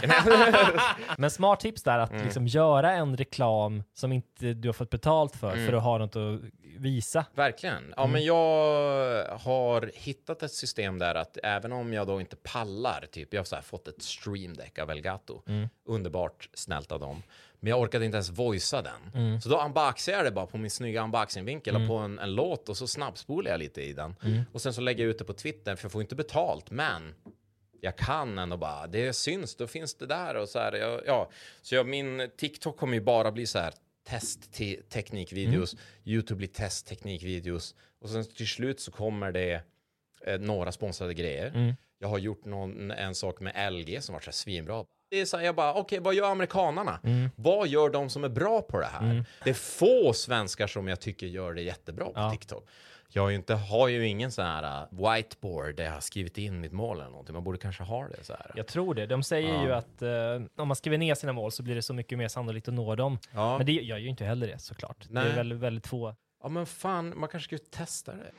efter. Men smart tips där att liksom göra en reklam som inte du har fått betalt för att ha något att visa. Verkligen. Ja, men jag har hittat ett system där att även om jag då inte pallar, typ jag har så här fått ett Stream Deck av Elgato. Underbart snällt av dem. Men jag orkade inte ens voicea den. Så då unboxar jag det bara på min snygga unboxing-vinkel och på en låt, och så snabbspolar jag lite i den. Och sen så lägger jag ut det på Twitter, för jag får inte betalt, men jag kan ändå bara, det syns, då finns det där och så här. Så min TikTok kommer ju bara bli så här testteknikvideos, YouTube blir testteknikvideos, och sen till slut så kommer det några sponsrade grejer. Jag har gjort en sak med LG som var så här svinbra. Det är så här, jag bara, okej, vad gör amerikanerna? Vad gör de som är bra på det här? Det är få svenskar som jag tycker gör det jättebra på TikTok. Jag har ju ingen sån här whiteboard där jag har skrivit in mitt mål eller någonting. Man borde kanske ha det så här. Jag tror det. De säger ju att om man skriver ner sina mål så blir det så mycket mer sannolikt att nå dem. Men det gör ju inte heller det, såklart. Nej. Det är väldigt, väldigt få. Ja, men fan, man kanske skulle testa det.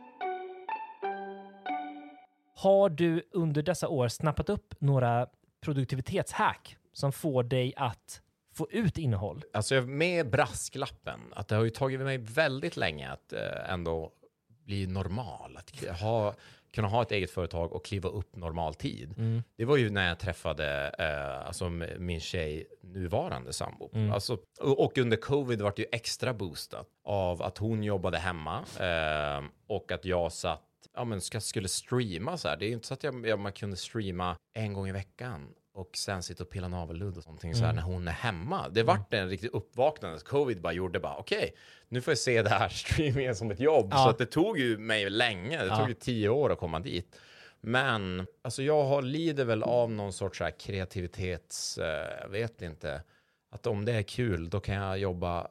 Har du under dessa år snappat upp några produktivitetshack som får dig att få ut innehåll? Alltså med brasklappen att det har ju tagit mig väldigt länge att ändå bli normal, att kunna ha ett eget företag och kliva upp normal tid. Det var ju när jag träffade min tjej, nuvarande sambo. Alltså, och under covid var det ju extra boostat av att hon jobbade hemma och att jag satt skulle streama så här. Det är ju inte så att man kunde streama en gång i veckan och sen sitta och pilla navelludd och sånt så här när hon är hemma. Det vart en riktigt uppvaknande. Covid bara gjorde okej, nu får jag se det här streamingen som ett jobb. Så att det tog ju mig länge. Det tog ju 10 år att komma dit. Men alltså jag lider väl av någon sorts så här kreativitets, jag vet inte, att om det är kul då kan jag jobba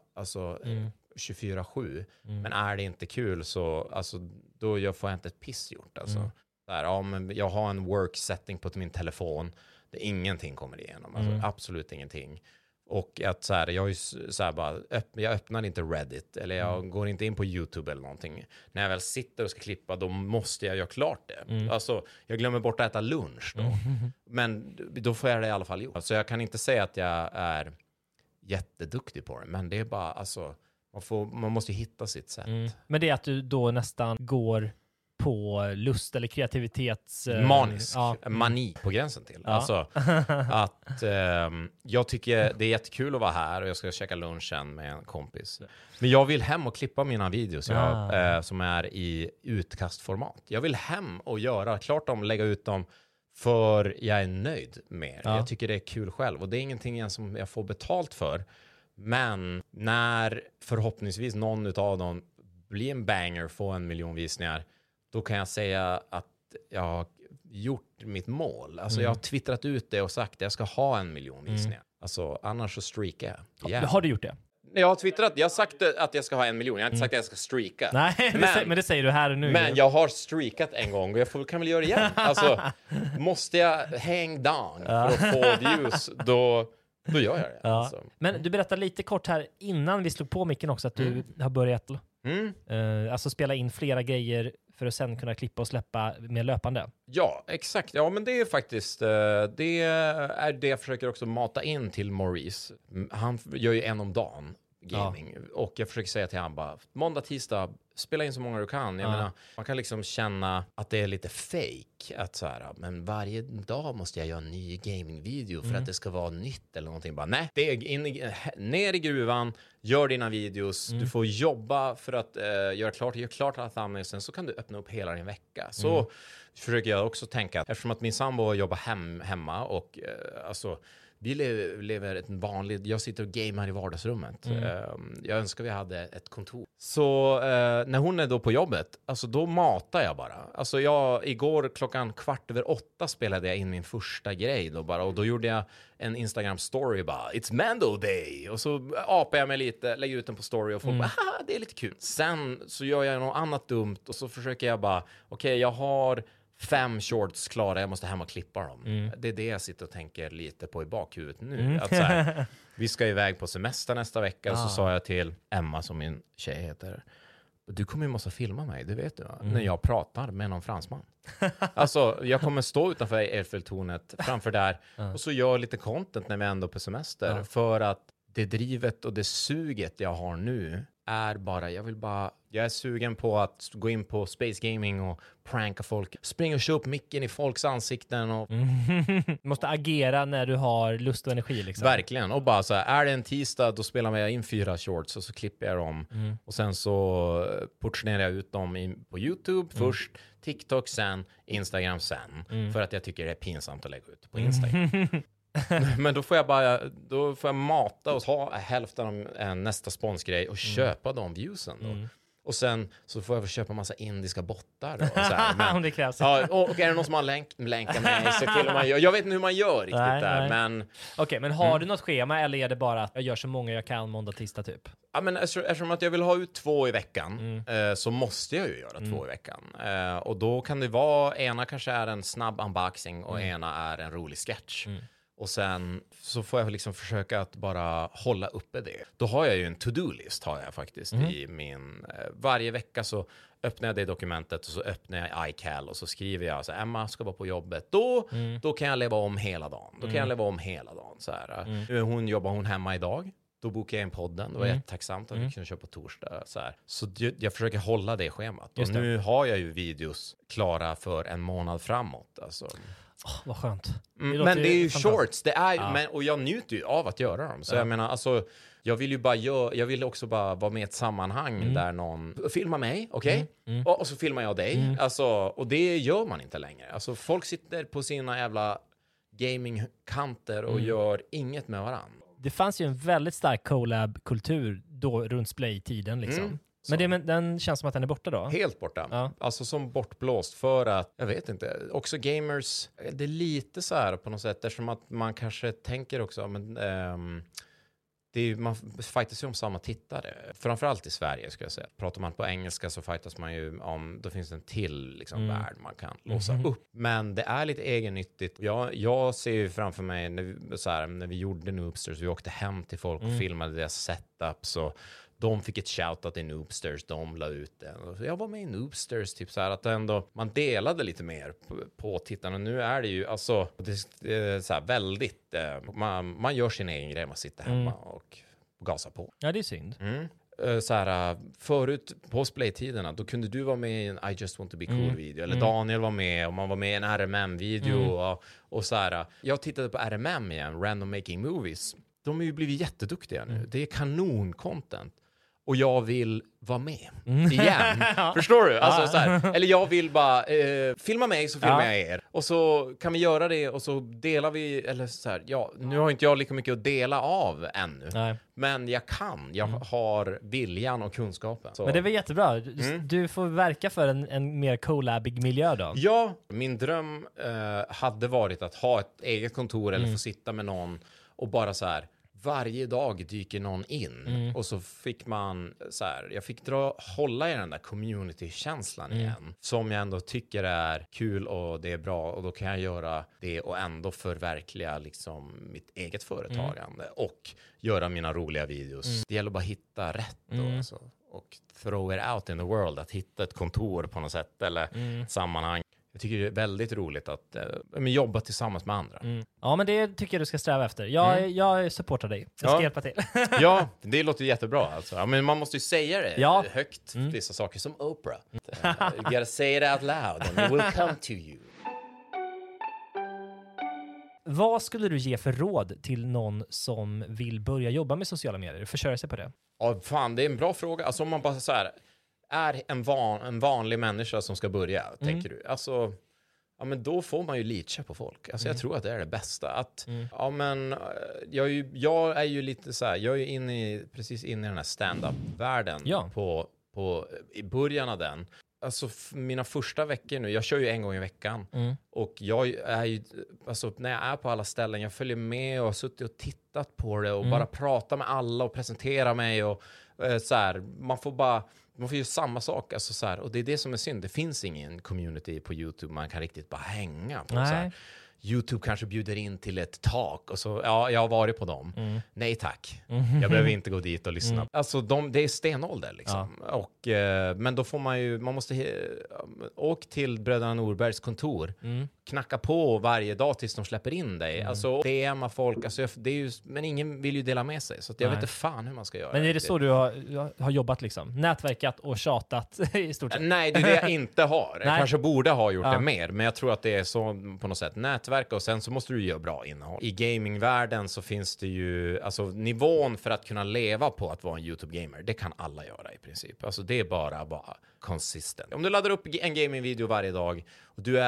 24/7. Men är det inte kul så då får jag inte ett piss gjort. Men jag har en work setting på min telefon där ingenting kommer igenom. Absolut ingenting. Och att så här, jag öppnar inte Reddit eller jag går inte in på YouTube eller någonting. När jag väl sitter och ska klippa, då måste jag göra klart det. Alltså, jag glömmer bort att äta lunch då. Men då får jag det i alla fall gjort. Alltså, jag kan inte säga att jag är jätteduktig på det, men det är bara, man måste hitta sitt sätt. Men det är att du då nästan går på lust eller kreativitets... mani på gränsen till. Alltså att jag tycker det är jättekul att vara här och jag ska käka lunchen med en kompis. Men jag vill hem och klippa mina videos som är i utkastformat. Jag vill hem och göra klart dem, lägga ut dem, för jag är nöjd med. Jag tycker det är kul själv och det är ingenting som jag får betalt för. Men när förhoppningsvis någon utav dem blir en banger, får 1 miljon visningar, då kan jag säga att jag har gjort mitt mål. Alltså jag har twittrat ut det och sagt att jag ska ha 1 miljon visningar. Alltså annars så streakar jag. Yeah. Har du gjort det? Jag har twittrat, jag har sagt att jag ska ha 1 miljon. Jag har inte sagt att jag ska streaka. Nej, men det säger du här och nu. Men jag har streakat en gång och jag kan väl göra det igen. Alltså, måste jag hang down för att få views, då gör jag det. Alltså. Men du berättade lite kort här innan vi slog på micken också att du har börjat spela in flera grejer för att sen kunna klippa och släppa mer löpande. Ja, exakt. Ja, men det är faktiskt det är det jag försöker också mata in till Maurice. Han gör ju en om dagen gaming. Och jag försöker säga till han bara, måndag, tisdag, spela in så många du kan. Jag menar, man kan liksom känna att det är lite fake. Att så här, men varje dag måste jag göra en ny gamingvideo för att det ska vara nytt eller någonting. Bara, nej, det är ner i gruvan, gör dina videos. Du får jobba för att gör klart alla thumbnailsen, så kan du öppna upp hela din vecka. Så försöker jag också tänka, eftersom att min sambo jobbar hemma och alltså vi lever ett vanligt... Jag sitter och gamar i vardagsrummet. Jag önskar vi hade ett kontor. Så när hon är då på jobbet, alltså då matar jag bara. Alltså igår 7:15 spelade jag in min första grej då bara. Och då gjorde jag en Instagram-story bara, it's Mando Day! Och så apar jag mig lite, lägger ut den på story och folk bara, det är lite kul. Sen så gör jag något annat dumt och så försöker jag bara, okej, jag har 5 shorts klara, jag måste hem och klippa dem. Det är det jag sitter och tänker lite på i bakhuvudet nu. Att så här, vi ska iväg på semester nästa vecka, så sa jag till Emma, som min tjej heter, du kommer ju måste filma mig, det vet du va? När jag pratar med någon fransman. Alltså, jag kommer stå utanför Eiffeltornet framför där och så gör lite content när vi ändå på semester. För att det drivet och det suget jag har nu är bara, jag är sugen på att gå in på Space Gaming och pranka folk. Springa och köra upp micken i folks ansikten. Och... Du måste agera när du har lust och energi liksom. Verkligen. Och bara så här, är det en tisdag, då spelar jag in 4 shorts och så klipper jag dem. Och sen så portionerar jag ut dem på YouTube först, TikTok sen, Instagram sen. För att jag tycker det är pinsamt att lägga ut på Instagram. Men då får jag mata och ha hälften av nästa sponsgrej och köpa de viewsen då. Och sen så får jag köpa massa indiska bottar då, så här. Men, om det krävs. Ja, och är det någon som har länkat mig så till man gör. Jag vet inte hur man gör riktigt där, men okej, men har du något schema eller är det bara att jag gör så många jag kan måndag, tisdag typ? Ja, men eftersom att jag vill ha ut 2 i veckan så måste jag ju göra 2 i veckan. Och då kan det vara, ena kanske är en snabb unboxing och ena är en rolig sketch. Och sen så får jag liksom försöka att bara hålla uppe det. Då har jag ju en to-do-list har jag faktiskt i min... varje vecka så öppnar jag det dokumentet och så öppnar jag iCal och så skriver jag så Emma ska vara på jobbet. Då kan jag leva om hela dagen. Då kan jag leva om hela dagen. Så här. Jobbar hon hemma idag. Då bokar jag in podden. Det var jättetacksamt att vi kunde köra på torsdag. Så jag försöker hålla det schemat. Och nu har jag ju videos klara för en månad framåt. Alltså... vad skönt. Men det är ju shorts. Det är, och jag njuter ju av att göra dem. Så jag menar, alltså, jag vill också bara vara med i ett sammanhang där någon filmar mig, okej? Och så filmar jag dig. Alltså, och det gör man inte längre. Alltså, folk sitter på sina jävla gamingkanter och gör inget med varandra. Det fanns ju en väldigt stark collab-kultur då runt Splay-tiden liksom. Men den känns som att den är borta då? Helt borta. Ja. Alltså som bortblåst för att, jag vet inte, också gamers, det är lite så här på något sätt, eftersom att man kanske tänker också, men man fightas ju om samma tittare. Framförallt i Sverige ska jag säga. Pratar man på engelska så fightas man ju om, då finns det en till liksom, värld man kan låsa upp. Men det är lite egennyttigt. Jag ser ju framför mig när vi gjorde Noobsters, vi åkte hem till folk och filmade deras setup, så de fick ett shoutout i Noobsters, de la ut den. Jag var med i Noobsters, typ så här, att ändå man delade lite mer på tittarna. Nu är det ju alltså det är så här väldigt man gör sin egen grej, man sitter hemma och gasar på. Ja, det är synd. Så här, förut på Splay-tiderna då kunde du vara med i en I just want to be cool video, eller Daniel var med och man var med i en RMM-video och så här. Jag tittade på RMM igen, Random Making Movies. De har ju blivit jätteduktiga nu. Det är kanon-content. Och jag vill vara med igen. Förstår du? Alltså, så här, eller jag vill bara filma mig så filmar jag er. Och så kan vi göra det och så delar vi, eller så här, nu har inte jag lika mycket att dela av ännu. Nej. Men jag har viljan och kunskapen. Så. Men det är väl jättebra. Du får verka för en mer collabig miljö då. Ja, min dröm hade varit att ha ett eget kontor eller få sitta med någon och bara så här, varje dag dyker någon in och så fick man så här, jag fick hålla i den där community-känslan igen, som jag ändå tycker är kul och det är bra, och då kan jag göra det och ändå förverkliga liksom mitt eget företagande och göra mina roliga videos. Det gäller bara att hitta rätt då, alltså, och throw it out in the world, att hitta ett kontor på något sätt eller ett sammanhang. Jag tycker det är väldigt roligt att jobba tillsammans med andra. Ja, men det tycker jag du ska sträva efter. Jag supportar dig. Jag ska hjälpa till. Ja, det låter jättebra. Alltså. Ja, men man måste ju säga det högt. Vissa saker som Oprah. You gotta say it out loud and it will come to you. Vad skulle du ge för råd till någon som vill börja jobba med sociala medier? Försörja sig på det? Ja, fan, det är en bra fråga. Alltså om man bara så här, är en vanlig människa som ska börja, tänker du? Alltså, ja, men då får man ju leacha på folk. Alltså jag tror att det är det bästa. Att, ja, men jag är ju lite så här, jag är precis inne i den här stand-up-världen i början av den. Alltså mina första veckor nu, jag kör ju en gång i veckan. Och jag är ju, alltså när jag är på alla ställen, jag följer med och har suttit och tittat på det och bara pratar med alla och presentera mig och så här, man får ju samma sak, alltså så här, och det är det som är synd. Det finns ingen community på YouTube man kan riktigt bara hänga på. Så här. YouTube kanske bjuder in till ett tak och så, ja, jag har varit på dem. Nej tack, jag behöver inte gå dit och lyssna. Alltså det är stenålder liksom. Och, men då får man måste åka till Bröderna Norbergs kontor, knacka på varje dag tills de släpper in dig. Alltså DMa folk, alltså, det är ju, men ingen vill ju dela med sig, så att jag vet inte fan hur man ska göra. Men är det så du har jobbat liksom? Nätverkat och tjatat i stort sett? Nej, det är det jag inte har. Jag kanske borde ha gjort det mer, men jag tror att det är så på något sätt. Nätverk, och sen så måste du göra bra innehåll. I gamingvärlden så finns det ju, alltså nivån för att kunna leva på att vara en YouTube-gamer, det kan alla göra i princip. Alltså det är bara consistent. Om du laddar upp en gaming-video varje dag och du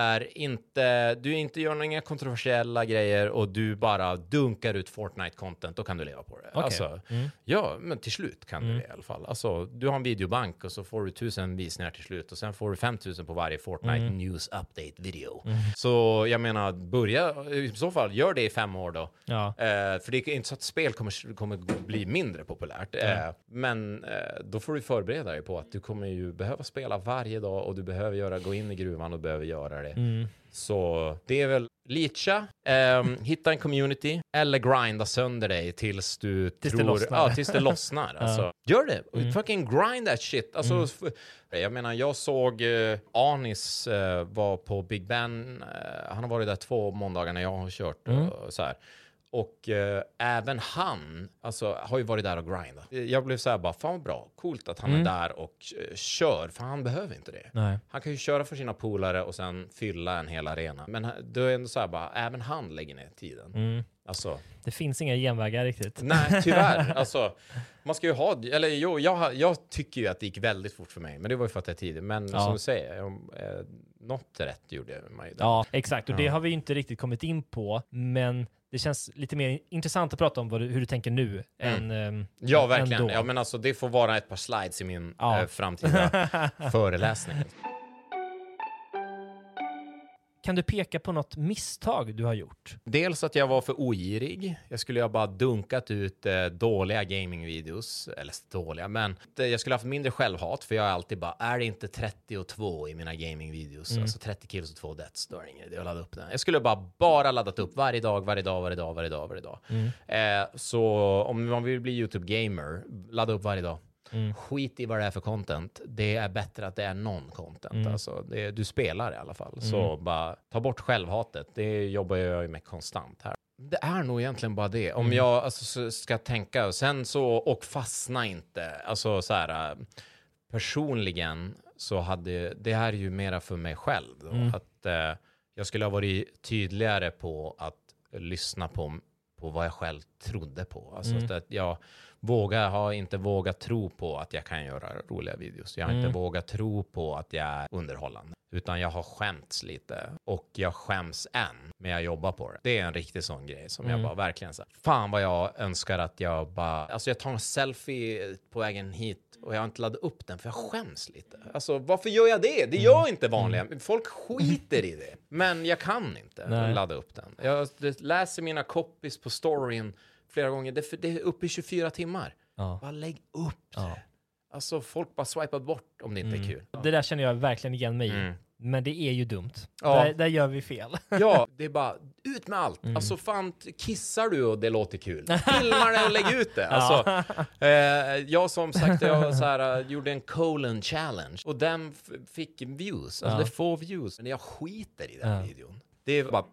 inte gör några kontroversiella grejer och du bara dunkar ut Fortnite-content, då kan du leva på det. Okay. Alltså, ja, men till slut kan du det i alla fall. Alltså, du har en videobank och så får du 1000 visningar till slut och sen får du 5000 på varje Fortnite News Update-video. Så jag menar, börja i så fall, gör det i 5 år då. Ja. För det är inte så att spel kommer bli mindre populärt. Men då får du förbereda dig på att du kommer ju behöva spela varje dag och du behöver gå in i gruvan och behöver göra det. Så det är väl leacha, hitta en community eller grinda sönder dig tills du tills det lossnar. Alltså, gör det. Fucking grind that shit. Alltså, jag menar, jag såg Anis var på Big Ben. Han har varit där 2 måndagar när jag har kört så här. Och även han har ju varit där och grindat. Jag blev så här bara, fan vad bra, coolt att han är där och kör, för han behöver inte det. Nej. Han kan ju köra för sina polare och sen fylla en hel arena. Men det är ändå så här bara, även han lägger ner tiden. Alltså, det finns inga genvägar riktigt. Nej, tyvärr. Alltså, man ska ju ha, eller jag tycker ju att det gick väldigt fort för mig, men det var ju för att det är tidigt. Men som du säger, något rätt gjorde man ju där. Ja, exakt. Och det har vi ju inte riktigt kommit in på, men det känns lite mer intressant att prata om hur du tänker nu än ja, verkligen. Än då. Ja, men alltså, det får vara ett par slides i min framtida föreläsning. Kan du peka på något misstag du har gjort? Dels att jag var för ogirig. Jag skulle ha bara dunkat ut dåliga gamingvideos. Eller dåliga, men jag skulle ha haft mindre självhat. För jag är alltid bara, är det inte 30 och 2 i mina gamingvideos? Alltså 30 kills och 2 deaths, då är det ingen idé att ladda upp den. Jag skulle bara laddat upp varje dag. Så om man vill bli YouTube-gamer, ladda upp varje dag. Skit i vad det är för content. Det är bättre att det är non-content. Alltså, du spelar i alla fall. Så bara ta bort självhatet. Det jobbar jag ju med konstant här. Det är nog egentligen bara det. Om jag ska tänka sen så, och fastna inte. Alltså så här, personligen så hade det här ju mera för mig själv då, att jag skulle ha varit tydligare på att lyssna på vad jag själv trodde på. Alltså att jag har inte vågat tro på att jag kan göra roliga videos. Jag har inte vågat tro på att jag är underhållande. Utan jag har skämts lite. Och jag skäms än. Men jag jobbar på det. Det är en riktig sån grej som jag bara verkligen så. Fan vad jag önskar att jag bara... Alltså jag tar en selfie på vägen hit. Och jag har inte laddat upp den för jag skäms lite. Alltså varför gör jag det? Det gör inte vanliga. Folk skiter i det. Men jag kan inte ladda upp den. Jag läser mina copies på storyn flera gånger. Det är uppe i 24 timmar. Bara lägg upp det. Alltså folk bara swipar bort om det inte är kul. Det där känner jag verkligen igen mig i. Men det är ju dumt. Där gör vi fel. Ja, det är bara ut med allt. Alltså fan, kissar du och det låter kul. Filmar det och lägg ut det. Alltså, jag som sagt, jag så här, gjorde en colon challenge och den fick views. Alltså det får views. Men jag skiter i den videon. Det var bara...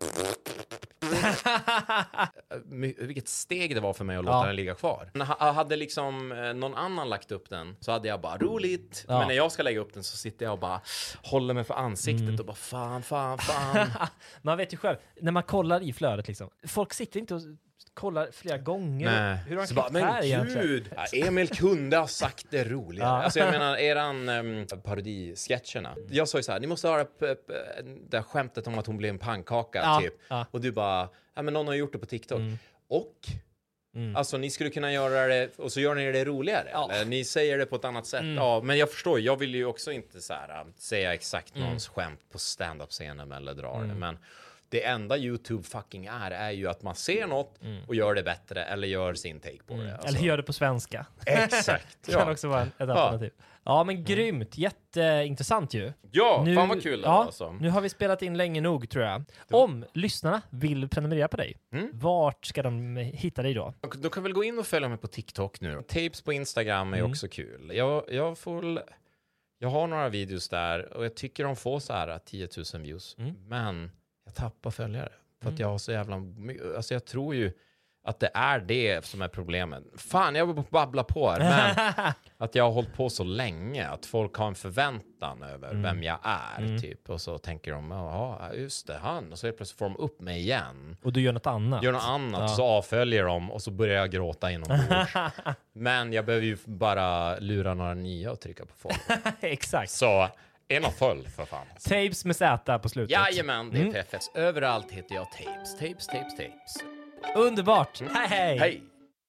vilket steg det var för mig att låta den ligga kvar. Hade liksom någon annan lagt upp den så hade jag bara roligt. Men när jag ska lägga upp den så sitter jag och bara håller mig för ansiktet och bara fan. Man vet ju själv, när man kollar i flödet liksom. Folk sitter inte och kollar flera gånger. Nej. Hur har han bara, men här gud, Emil kunde ha sagt det roligare. Alltså jag menar, eran parodisketcherna. Jag sa ju så här, ni måste höra det skämtet om att hon blev en pannkaka typ. Och du bara, ja men någon har gjort det på TikTok. Och alltså ni skulle kunna göra det och så gör ni det roligare. Eller ni säger det på ett annat sätt. Ja, men jag förstår, jag vill ju också inte så här säga exakt någons skämt på stand-up-scenen eller dra det, men det enda YouTube fucking är ju att man ser något och gör det bättre eller gör sin take på det. Alltså. Eller gör det på svenska. Exakt. Det kan också vara ett alternativ. Ja, men grymt. Jätteintressant ju. Ja, fan vad kul det var, alltså. Nu har vi spelat in länge nog, tror jag. Om lyssnarna vill prenumerera på dig, vart ska de hitta dig då? De kan väl gå in och följa mig på TikTok nu. Tapes på Instagram är också kul. Jag har några videos där och jag tycker de får så här 10 000 views. Men jag tappar följare. För att jag har så jävla... Alltså jag tror ju att det är det som är problemet. Fan, jag vill babbla på här. Men att jag har hållit på så länge. Att folk har en förväntan över vem jag är. Typ. Och så tänker de, ja just det, han. Och så plötsligt får de upp mig igen. Och du gör något annat. Så avföljer de. Och så börjar jag gråta inombords. Men jag behöver ju bara lura några nya och trycka på folk. Exakt. Så... En och följ för fan. Tapes med Z på slutet. Jajamän, det är perfekt. Överallt heter jag Tapes. Underbart. Hej. Hej.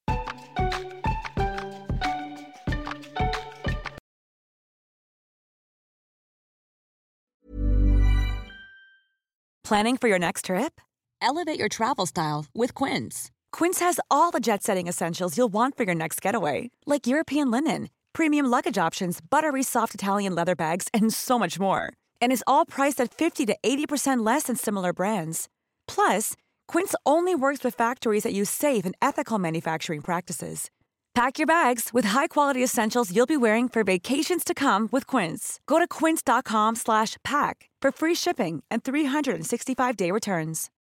Planning for your next trip? Elevate your travel style with Quince. Quince has all the jet-setting essentials you'll want for your next getaway, like European linen, premium luggage options, buttery soft Italian leather bags, and so much more. And is all priced at 50 to 80% less than similar brands. Plus, Quince only works with factories that use safe and ethical manufacturing practices. Pack your bags with high-quality essentials you'll be wearing for vacations to come with Quince. Go to quince.com/pack for free shipping and 365-day returns.